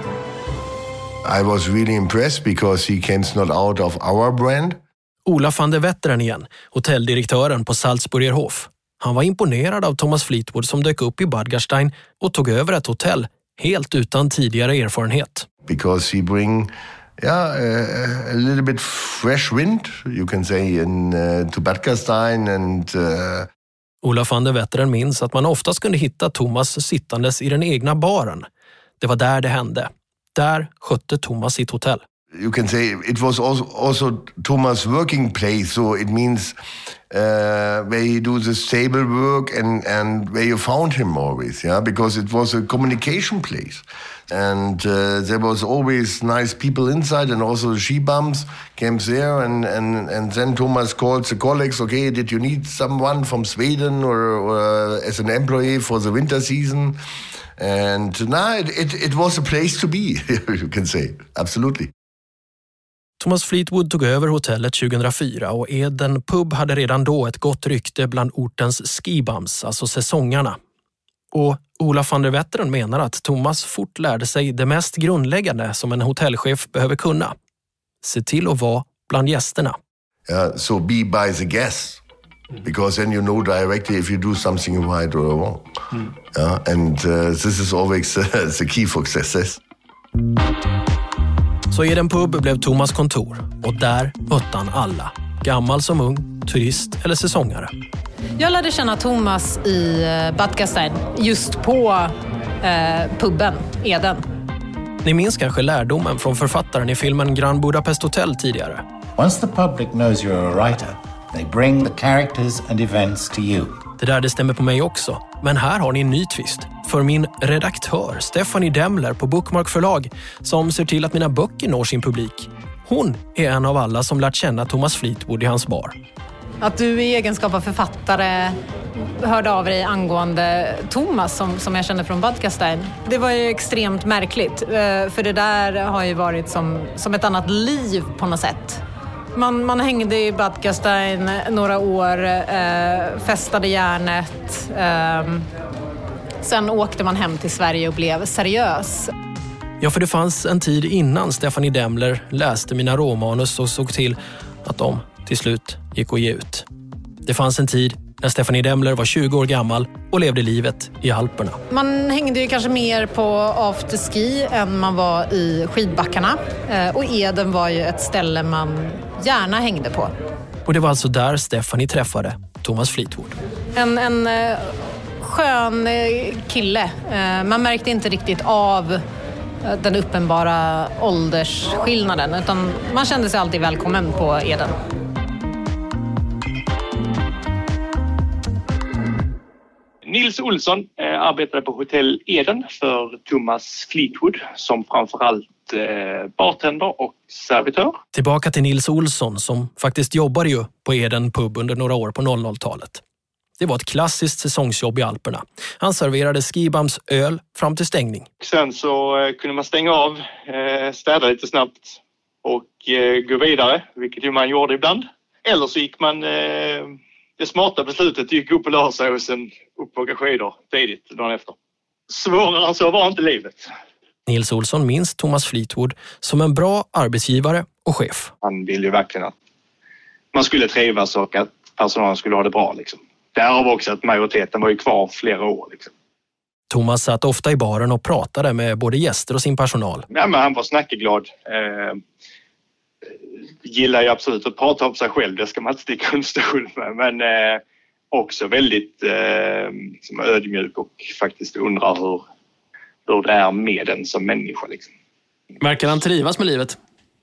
I was really impressed because he comes not out of our brand.
Ola van der Wetteren igen, hotelldirektören på Salzburgerhof. Han var imponerad av Thomas Fleetwood som dök upp i Bad Gastein och tog över ett hotell helt utan tidigare erfarenhet.
Because he bring a little bit fresh wind, you can say, to Bad Gastein and...
Ola van der Wetteren minns att man oftast kunde hitta Thomas sittandes i den egna baren. Det var där det hände. Där skötte Thomas sitt hotell.
You can say it was also Thomas' working place, so it means where he do the stable work and where you found him always, yeah, because it was a communication place, and there was always nice people inside, and also she-bums came there, and then Thomas called the colleagues, okay, did you need someone from Sweden or as an employee for the winter season? And it was a place to be, you can say, absolutely.
Thomas Fleetwood tog över hotellet 2004 och Eden Pub hade redan då ett gott rykte bland ortens skibums, alltså säsongarna. Och Ola van der Wetteren menar att Thomas fort lärde sig det mest grundläggande som en hotellchef behöver kunna. Se till att vara bland gästerna.
So be by the guests. Because then you know directly if you do something right or wrong. And this is always the key for success.
Så Eden Pub blev Thomas kontor och där mötte han alla. Gammal som ung, turist eller säsongare.
Jag lärde känna Thomas i Bad Gastein, just på puben, Eden.
Ni minns kanske lärdomen från författaren i filmen Grand Budapest Hotel tidigare.
Once the public knows you're a writer, they bring the characters and events to you.
Det där det stämmer på mig också. Men här har ni en ny twist. För min redaktör, Stephanie Demler på Bookmark förlag, som ser till att mina böcker når sin publik. Hon är en av alla som lärt känna Thomas Fleetwood i hans bar.
Att du i egenskap av författare hörde av dig angående Thomas som jag kände från Bad Gastein. Det var ju extremt märkligt. För det där har ju varit som ett annat liv på något sätt. Man hängde i Bad Gastein några år, festade järnet. Sen åkte man hem till Sverige och blev seriös.
Ja, för det fanns en tid innan Stephanie Demler läste mina råmanus och såg till att de till slut gick att ge ut. Det fanns en tid när Stephanie Demler var 20 år gammal och levde livet i Alperna.
Man hängde ju kanske mer på afterski än man var i skidbackarna. Och Eden var ju ett ställe man gärna hängde på.
Och det var alltså där Stephanie träffade Thomas Fleetwood.
En skön kille. Man märkte inte riktigt av den uppenbara åldersskillnaden, utan man kände sig alltid välkommen på Eden.
Nils Olsson arbetade på Hotell Eden för Thomas Fleetwood som framförallt bartender och servitör.
Tillbaka till Nils Olsson som faktiskt jobbade ju på Eden pub under några år på 00-talet. Det var ett klassiskt säsongsjobb i Alperna. Han serverade Skibams öl fram till stängning.
Sen så kunde man stänga av, städa lite snabbt och gå vidare, vilket ju man gjorde ibland. Eller så gick man, det smarta beslutet gick upp och la sig och sen upp och åka skidor tidigt dagen efter. Svårare så var inte livet.
Nils Olsson minns Thomas Fleetwood som en bra arbetsgivare och chef.
Han ville ju verkligen att man skulle trivas och att personalen skulle ha det bra liksom. Därav också att majoriteten var ju kvar flera år liksom.
Thomas satt ofta i baren och pratade med både gäster och sin personal.
Ja, men han var snackeglad. Gillar ju absolut att prata om sig själv, det ska man inte sticka under stol med. Men också väldigt ödmjuk och faktiskt undrar hur det är med en som människa. Liksom.
Verkar han trivas med livet?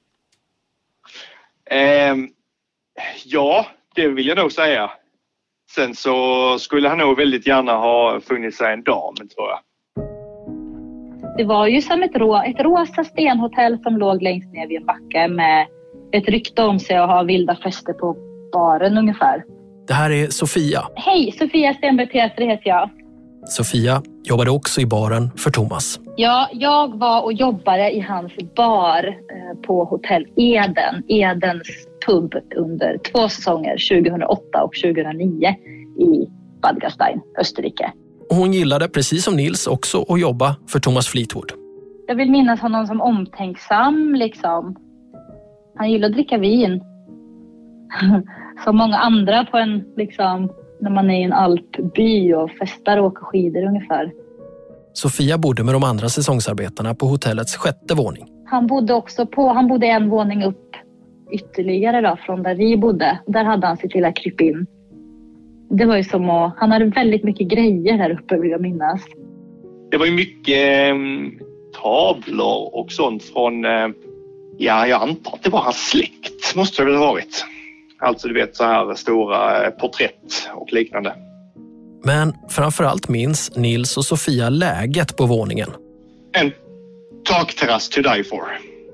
Ja, det vill jag nog säga. Sen så skulle han nog väldigt gärna ha funnit sig en dam, tror jag.
Det var ju som ett rosa stenhotell som låg längst ner vid en backe med ett rykte om sig att ha vilda fester på baren ungefär.
Det här är Sofia.
Hej, Sofia Stenberg Teater heter jag.
Sofia jobbade också i baren för Thomas.
Ja, jag var och jobbade i hans bar på Hotell Eden. Edens pub under 2 säsonger, 2008 och 2009 i Bad Gastein, Österrike.
Och hon gillade, precis som Nils, också att jobba för Thomas Fleetwood.
Jag vill minnas honom som omtänksam, liksom. Han gillade att dricka vin. Som många andra på en, liksom, när man är i en alpby och festar och åker skidor ungefär.
Sofia bodde med de andra säsongsarbetarna på hotellets 6:e våning.
Han bodde en våning upp ytterligare då, från där vi bodde. Där hade han sitt lilla krypin. Det var ju som att han hade väldigt mycket grejer här uppe, vill jag minnas.
Det var ju mycket tavlor och sånt från, jag antar att det var hans släkt, måste det väl ha varit. Alltså du vet, så här stora porträtt och liknande.
Men framförallt minns Nils och Sofia läget på våningen.
En takterrass to die for.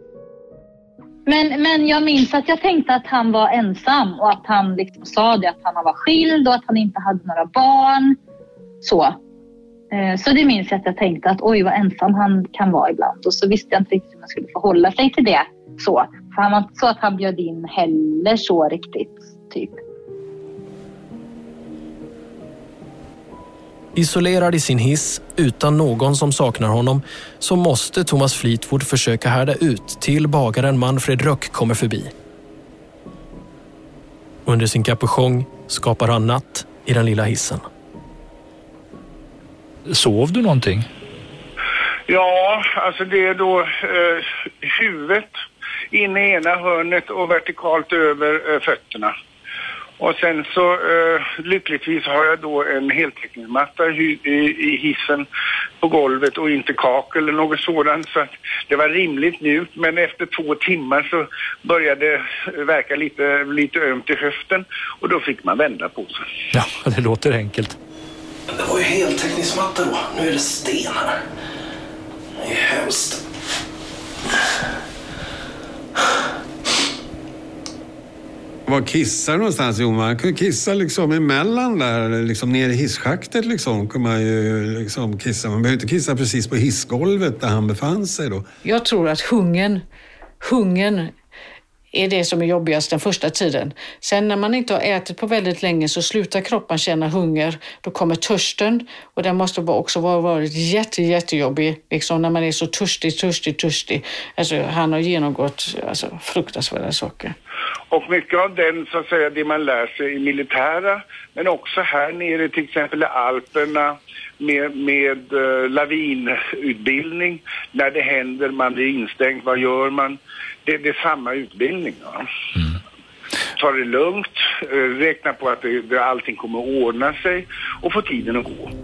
Men jag minns att jag tänkte att han var ensam och att han liksom sa det, att han var skild och att han inte hade några barn. Så det minns jag att jag tänkte att oj, vad ensam han kan vara ibland. Och så visste jag inte riktigt hur man skulle förhålla sig till det. För han var inte så att han bjöd in heller så riktigt, typ.
Isolerad i sin hiss, utan någon som saknar honom, så måste Thomas Fleetwood försöka härda ut till bagaren Manfred Röck kommer förbi. Under sin kapuschong skapar han natt i den lilla hissen.
Sov du någonting?
Ja, alltså det är då huvudet in i ena hörnet och vertikalt över fötterna. Och sen så lyckligtvis har jag då en heltäckningsmatta i hissen på golvet och inte kakel eller något sådant, så att det var rimligt mjukt. Men efter 2 timmar så började det verka lite ömt i höften och då fick man vända på sig.
Ja, det låter enkelt.
Det var ju heltäckningsmatta då. Nu är det sten här. Det är hemskt.
Var kissar någonstans? Jo, man kunde kissa liksom emellan där, liksom ner i hisschaktet liksom, kunde man ju liksom kissa. Man behöver inte kissa precis på hissgolvet där han befann sig då.
Jag tror att hungern är det som är jobbigast den första tiden. Sen när man inte har ätit på väldigt länge så slutar kroppen känna hunger. Då kommer törsten och den måste också ha varit jättejobbig. Liksom när man är så törstig. Alltså han har genomgått fruktansvärda saker.
Och mycket av den, så att säga, det man lär sig i militära, men också här nere till exempel i Alperna med lavinutbildning. När det händer, man blir instängd, vad gör man? Det är samma utbildning. Ja. Ta det lugnt, räkna på att allting kommer att ordna sig och få tiden att gå.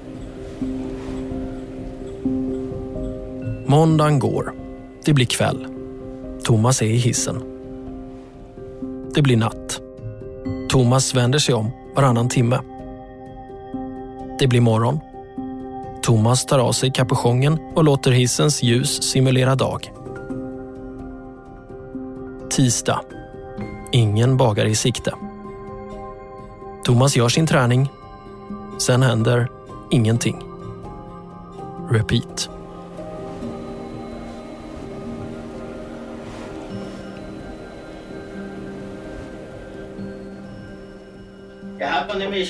Måndagen går. Det blir kväll. Thomas är i hissen. Det blir natt. Thomas vänder sig om varannan timme. Det blir morgon. Thomas tar av sig kapuschongen och låter hissens ljus simulera dag. Tisdag. Ingen bagare i sikte. Thomas gör sin träning. Sen händer ingenting. Repeat.
Jag har nämligen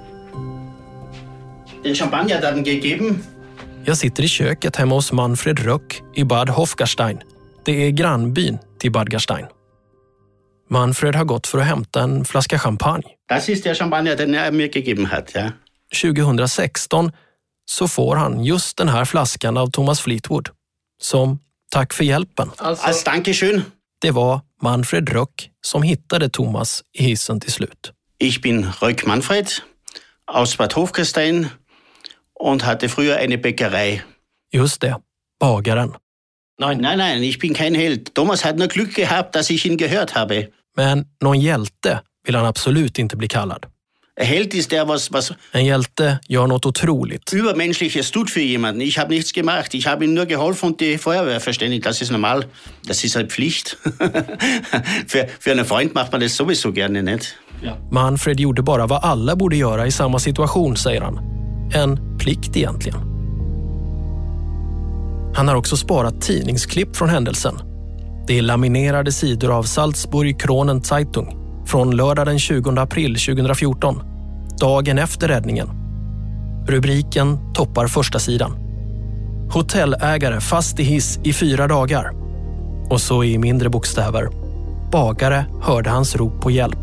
den champagne där den gegeben.
Jag sitter i köket hemma hos Manfred Röck i Bad Hofgarstein. Det är grannbyn till Bad Gastein. Manfred har gått för att hämta en flaska champagne.
Das ist der champagne den mir gegeben hat, ja.
2016 så får han just den här flaskan av Thomas Fleetwood. Som tack för hjälpen.
Als Dankeschön.
Det var Manfred Röck som hittade Thomas i hissen till slut.
Ich bin Röck Manfred aus Bad Hofgarstein und hatte früher eine Bäckerei.
Just det, bagaren.
Nein, ich bin kein Held. Thomas hat nur Glück gehabt, dass ich ihn gehört habe.
Men någon hjälte vill han absolut inte bli kallad.
Ein Held ist der, was
en hjälte gör något otroligt.
Übermenschliches tut für jemanden. Ich habe nichts gemacht. Ich habe ihm nur geholfen und die Feuerwehr verständigt. Das ist normal. Das ist halt Pflicht. für einen Freund macht man das sowieso gerne nicht.
Ja. Manfred gjorde bara vad alla borde göra i samma situation, säger han. En plikt egentligen. Han har också sparat tidningsklipp från händelsen. Det är laminerade sidor av Salzburg Kronen Zeitung från lördag den 20 april 2014, dagen efter räddningen. Rubriken toppar första sidan. Hotellägare fast i hiss i 4 dagar. Och så i mindre bokstäver. Bagare hörde hans rop på hjälp.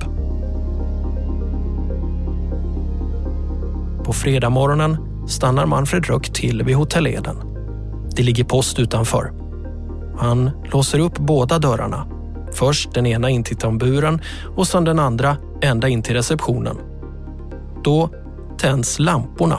På fredag morgonen stannar Manfred Röck till vid Hotell Eden. Det ligger post utanför. Han låser upp båda dörrarna. Först den ena in till tamburen och sen den andra ända in till receptionen. Då tänds lamporna.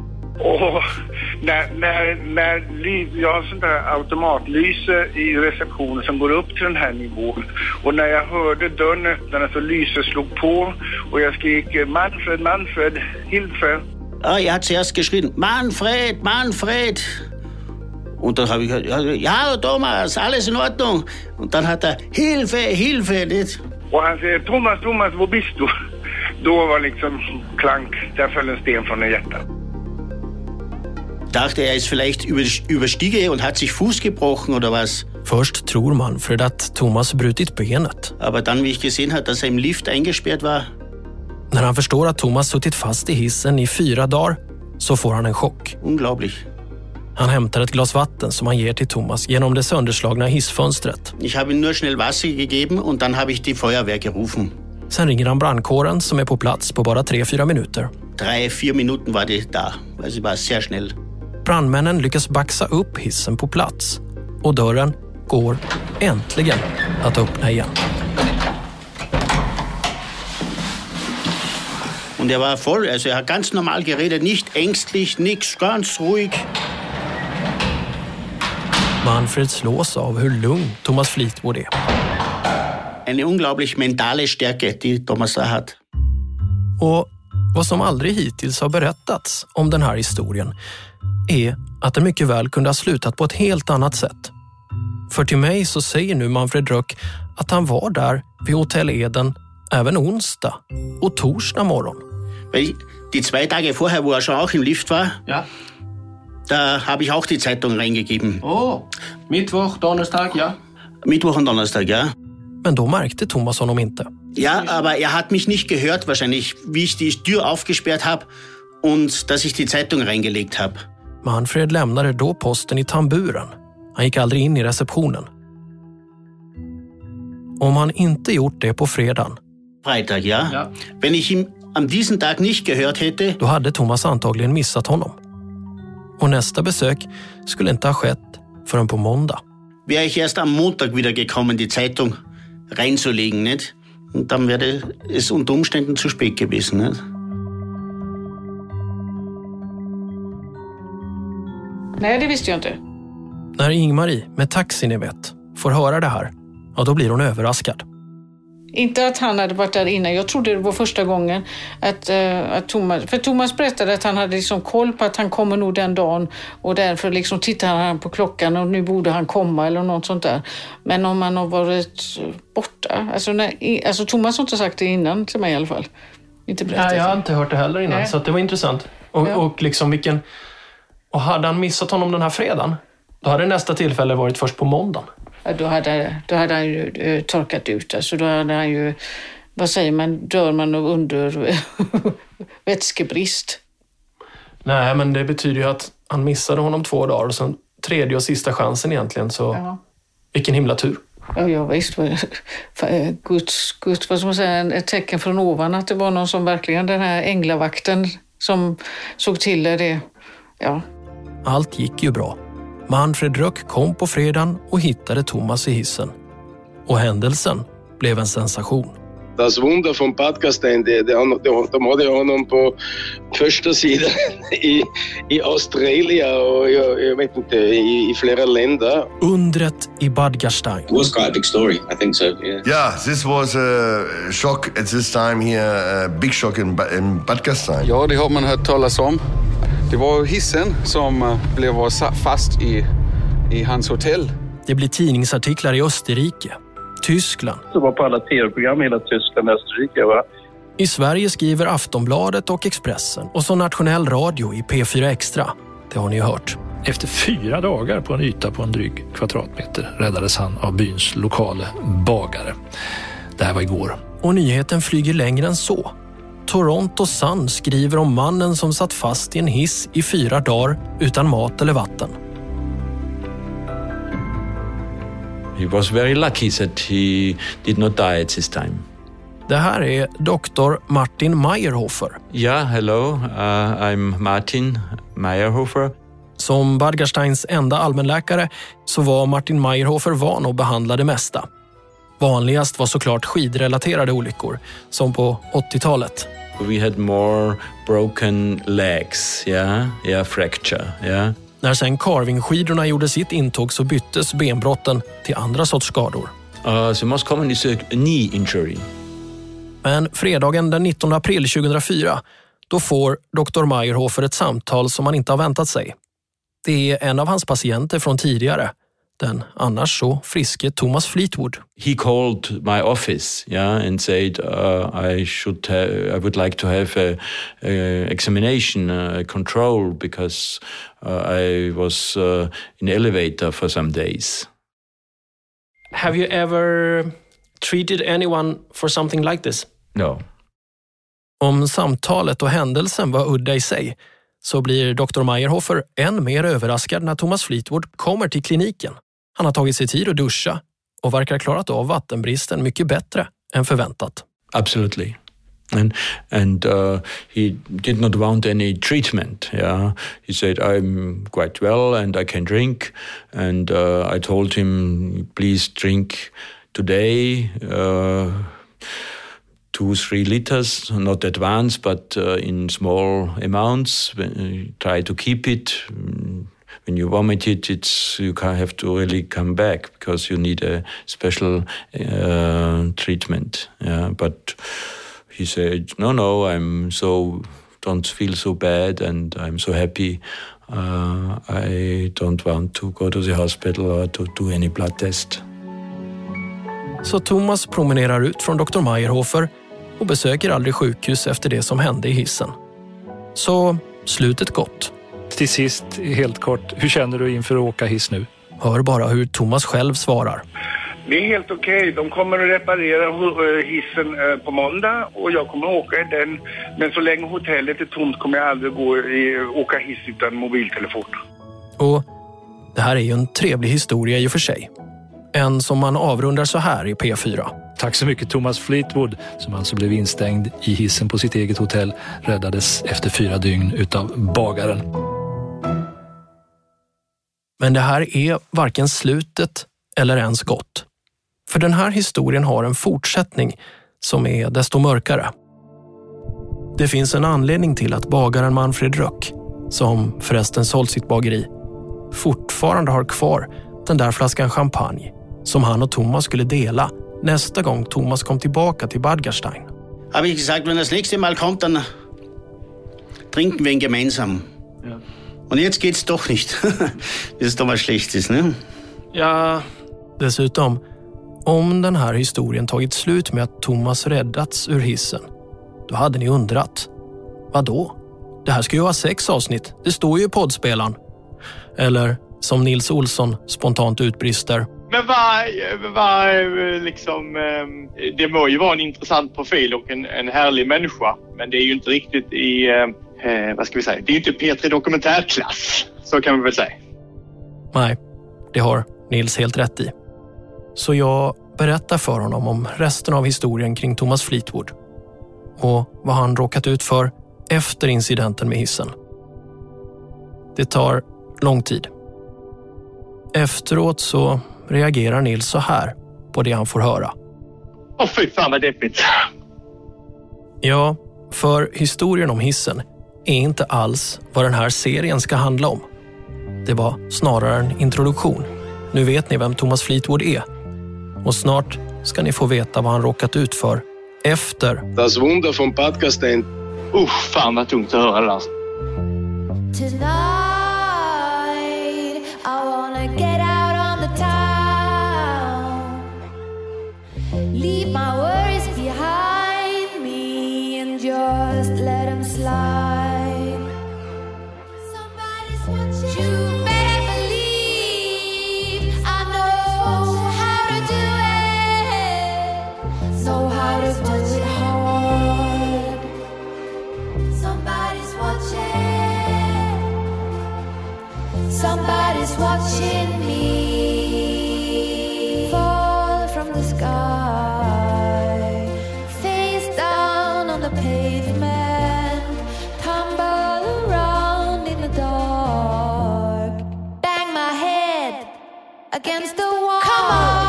När jag har sånt där automatlyse i receptionen som går upp till den här nivån. Och när jag hörde dörren öppna så lyset slog på och jag skrek Manfred, Hilfe.
Ja, jag har zuerst geschrien, Manfred. Und dann habe ich gesagt, ja Thomas, alles in Ordnung. Und dann hat Hilfe. Nicht?
Och han säger, Thomas, var bist du? Då var liksom klank, där föll en sten från en hjärta.
Dachte, ist vielleicht überstiegen und hat sich Fuß gebrochen oder was.
Först tror Manfred att Thomas brutit benet.
Aber dann, wie ich gesehen habe, dass im Lift eingesperrt war.
När han förstår att Thomas suttit fast i hissen i 4 dagar så får han en chock.
Unglaublich.
Han hämtar ett glas vatten som han ger till Thomas genom det sönderslagna hissfönstret.
Ich habe ihm nur schnell Wasser gegeben und dann habe ich die Feuerwehr gerufen.
Sen ringer han brandkåren som är på plats på bara 3-4 minuter.
3-4 Minuten var det da. Also war sehr schnell.
Brandmännen lyckas baxa upp hissen på plats och dörren går äntligen att öppna igen.
Und war voll, also hat ganz normal geredet, nicht ängstlich, nix, ganz ruhig.
Manfred slås av hur lugn Thomas Fleetwood är.
En unglaublich mentale Stärke, die Thomas hat.
Och vad som aldrig hittills har berättats om den här historien är att den mycket väl kunde ha slutat på ett helt annat sätt. För till mig så säger nu Manfred Röck att han var där vid Hotell Eden även onsdag och torsdag morgon.
Die 2 Tage vorher, wo schon auch im Lift war,
ja.
Da habe ich auch die Zeitung reingegeben.
Mittwoch, Donnerstag, ja.
Mittwoch und Donnerstag, ja.
Men då märkte Thomas honom inte.
Ja, aber hat mich nicht gehört wahrscheinlich, wie ich die Tür aufgesperrt habe und dass ich die Zeitung reingelegt habe.
Manfred lämnade då posten i tamburen. Han gick aldrig in i receptionen. Om han inte gjort det på fredagen.
Freitag, ja. Wenn ich ihm an diesem Tag nicht gehört hätte.
Då hade Thomas antagligen missat honom. Och nästa besök skulle inte ha skett förrän på måndag.
Wäre ich erst am Montag wieder gekommen, die Zeitung reinzulegen, nicht? dann wäre es unter Umständen zu spät gewesen. Nicht?
Nej, det visste jag inte.
När Ingmarie, med taxi ni vet, får höra det här, ja då blir hon överraskad.
Inte att han hade varit där innan. Jag trodde det var första gången att Thomas... För Thomas berättade att han hade liksom koll på att han kommer nog den dagen. Och därför liksom tittade han på klockan och nu borde han komma eller något sånt där. Men om han har varit borta... Alltså Thomas har inte sagt det innan till mig i alla fall. Inte berättat.
Nej, jag har inte hört det heller innan. Nej. Så att det var intressant. Och liksom vilken... Och hade han missat honom den här fredagen, då hade nästa tillfälle varit först på måndagen.
Ja, då hade han ju torkat ut. Alltså då hade han ju, vad säger man, dör man av under vätskebrist.
Nej, men det betyder ju att han missade honom 2 dagar och sen tredje och sista chansen egentligen. Så vilken himla tur.
Ja, visst. Guds, vad ska man säga, ett tecken från ovan att det var någon som verkligen, den här änglavakten som såg till det. Ja.
Allt gick ju bra. Manfred Röck kom på fredagen och hittade Thomas i hissen. Och händelsen blev en sensation.
Das Wunder från Bad Gastein, de hade honom på första sidan i Australien och jag vet inte, i flera länder.
Undret i Bad Gastein.
It was quite a big story, I think so.
Yeah, this was a shock at this time here, a big shock in Bad Gastein.
Ja, det har man hört talas om. Det var hissen som blev fast i hans hotell.
Det blir tidningsartiklar i Österrike, Tyskland.
Det var på alla tv-program i hela Tyskland och Österrike, va?
I Sverige skriver Aftonbladet och Expressen och så nationell radio i P4 Extra. Det har ni ju hört.
Efter 4 dagar på en yta på en dryg kvadratmeter räddades han av byns lokale bagare. Det här var igår.
Och nyheten flyger längre än så. Toronto Sun skriver om mannen som satt fast i en hiss i 4 dagar utan mat eller vatten.
He was very lucky that he did not die at this time.
Det här är doktor Martin Meyerhofer.
Ja, hello. I'm Martin Meyerhofer.
Som Bad Gasteins enda allmänläkare så var Martin Meyerhofer van att behandla det mesta. Vanligast var såklart skidrelaterade olyckor, som på 80-talet.
We had more broken legs, fracture,
När sen carvingskidorna gjorde sitt intåg så byttes benbrotten till andra sorts skador.
So most common is a knee injury.
Men fredagen den 19 april 2004, då får Dr. Meyerhofer ett samtal som han inte har väntat sig. Det är en av hans patienter från tidigare, den annars så friske Thomas Fleetwood.
He called my office, and said I would like to have a examination, control, because I was in elevator for some days.
Have you ever treated anyone for something like this?
No.
Om samtalet och händelsen var udda i sig så blir Dr. Meyerhofer än mer överraskad när Thomas Fleetwood kommer till kliniken. Han har tagit sig tid att duscha och verkar klarat av vattenbristen mycket bättre än förväntat.
Absolutely. And he did not want any treatment. He said, I'm quite well and I can drink. And I told him, please drink today 2-3 liters, not at once, but in small amounts. Try to keep it. When you vomit it, you have to really come back because you need a special treatment. But he said, no, don't feel so bad and I'm so happy. I don't want to go to the hospital or to do any blood test.
Så Thomas promenerar ut från Dr. Meyerhofer och besöker aldrig sjukhus efter det som hände i hissen. Så slutet gott.
Till sist, helt kort, hur känner du inför att åka hiss nu?
Hör bara hur Thomas själv svarar.
Det är helt okej. De kommer att reparera hissen på måndag och jag kommer att åka i den. Men så länge hotellet är tomt kommer jag aldrig åka hiss utan mobiltelefon.
Och det här är ju en trevlig historia i och för sig. En som man avrundar så här i P4.
Tack så mycket Thomas Fleetwood, som alltså blev instängd i hissen på sitt eget hotell, räddades efter 4 dygn utav bagaren.
Men det här är varken slutet eller ens gott. För den här historien har en fortsättning som är desto mörkare. Det finns en anledning till att bagaren Manfred Röck, som förresten sålt sitt bageri, fortfarande har kvar den där flaskan champagne som han och Thomas skulle dela nästa gång Thomas kom tillbaka till Bad Gastein.
Har vi gesagt, wenn das nächste Mal kommt, dann trinken wir ihn gemeinsam. Ja. Und jetzt geht's doch nicht. Das ist doch mal schlechtes, ne?
Ja. Dessutom, om den här historien tagit slut med att Thomas räddats ur hissen, då hade ni undrat. Vadå? Det här ska ju vara 6 avsnitt. Det står ju i poddspelaren. Eller, som Nils Olsson spontant utbrister.
Men vad liksom... Det må ju vara en intressant profil och en härlig människa. Men det är ju inte riktigt i... vad ska vi säga? Det är ju inte P3 dokumentärklass. Så kan vi väl säga.
Nej, det har Nils helt rätt i. Så jag berättar för honom om resten av historien kring Thomas Fleetwood. Och vad han råkat ut för efter incidenten med hissen. Det tar lång tid. Efteråt så reagerar Nils så här på det han får höra.
Fy fan vad deppigt.
Ja, för historien om hissen är inte alls vad den här serien ska handla om. Det var snarare en introduktion. Nu vet ni vem Thomas Fleetwood är. Och snart ska ni få veta vad han råkat ut för efter.
Das Wunder von Bad Gastein.
Fan vad tungt att höra det där.
Tonight, I wanna get out on the town. Leave my worries behind me and just let them slide. Somebody's watching. You better believe I know how to do it. Know how to do it hard. Somebody's watching. Somebody's watching me fall from the sky, face down on the pavement, tumble around in the dark, bang my head against the wall. Come on!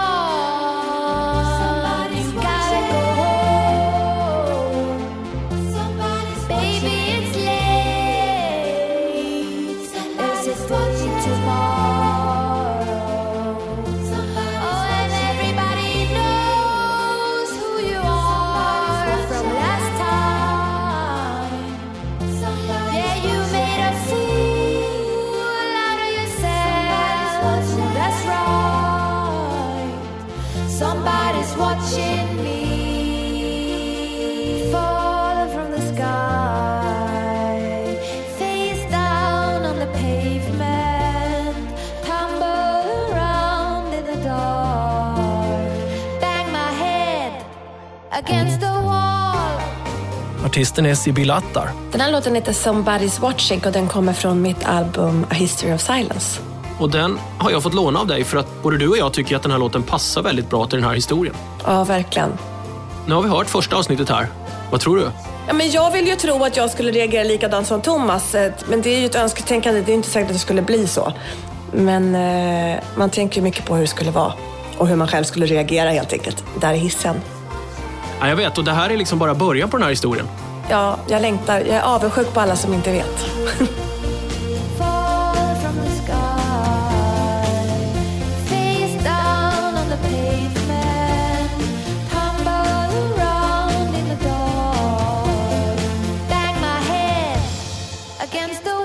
Somebody's gotta go home. Baby, it's late. Is it watching tomorrow? Oh, and everybody knows who you are from last time. Yeah, you made a fool out of yourself. That's right. Somebody's watching me fall from the sky, face down on the pavement, tumble around in the dark, bang my head against the wall.
Artisten är Sibyl Attar.
Den här låten heter Somebody's Watching och den kommer från mitt album A History of Silence.
Och den har jag fått låna av dig för att både du och jag tycker att den här låten passar väldigt bra till den här historien.
Ja, verkligen.
Nu har vi hört första avsnittet här. Vad tror du?
Ja, men jag vill ju tro att jag skulle reagera likadant som Thomas. Men det är ju ett önsketänkande. Det är inte säkert att det skulle bli så. Men man tänker ju mycket på hur det skulle vara. Och hur man själv skulle reagera helt enkelt. Där i hissen.
Ja, jag vet. Och det här är liksom bara början på den här historien.
Ja, jag längtar. Jag är avundsjuk på alla som inte vet.
Fall from the sky, face down on the pavement, tumble around in the dark, bang my head against the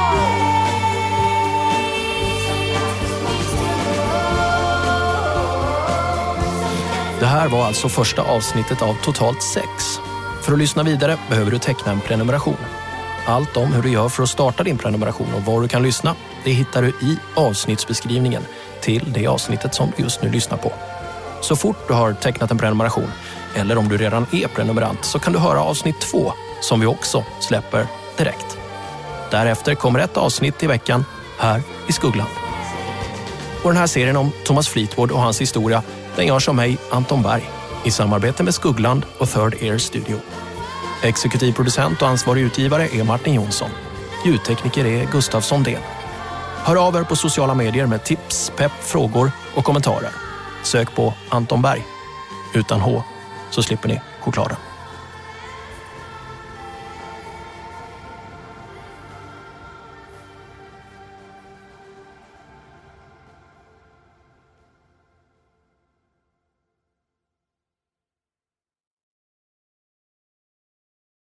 Det här var alltså första avsnittet av totalt 6. För att lyssna vidare behöver du teckna en prenumeration. Allt om hur du gör för att starta din prenumeration och var du kan lyssna, det hittar du i avsnittsbeskrivningen till det avsnittet som du just nu lyssnar på. Så fort du har tecknat en prenumeration, eller om du redan är prenumerant, så kan du höra avsnitt 2 som vi också släpper direkt. Därefter kommer ett avsnitt i veckan här i Skuggland. Och den här serien om Thomas Fleetwood och hans historia, den görs av mig, Anton Berg, i samarbete med Skuggland och Third Ear Studio. Exekutiv producent och ansvarig utgivare är Martin Jonsson. Ljudtekniker är Gustav Sondén. Hör av er på sociala medier med tips, pepp, frågor och kommentarer. Sök på Anton Berg, utan H. så slipper ni chokladen.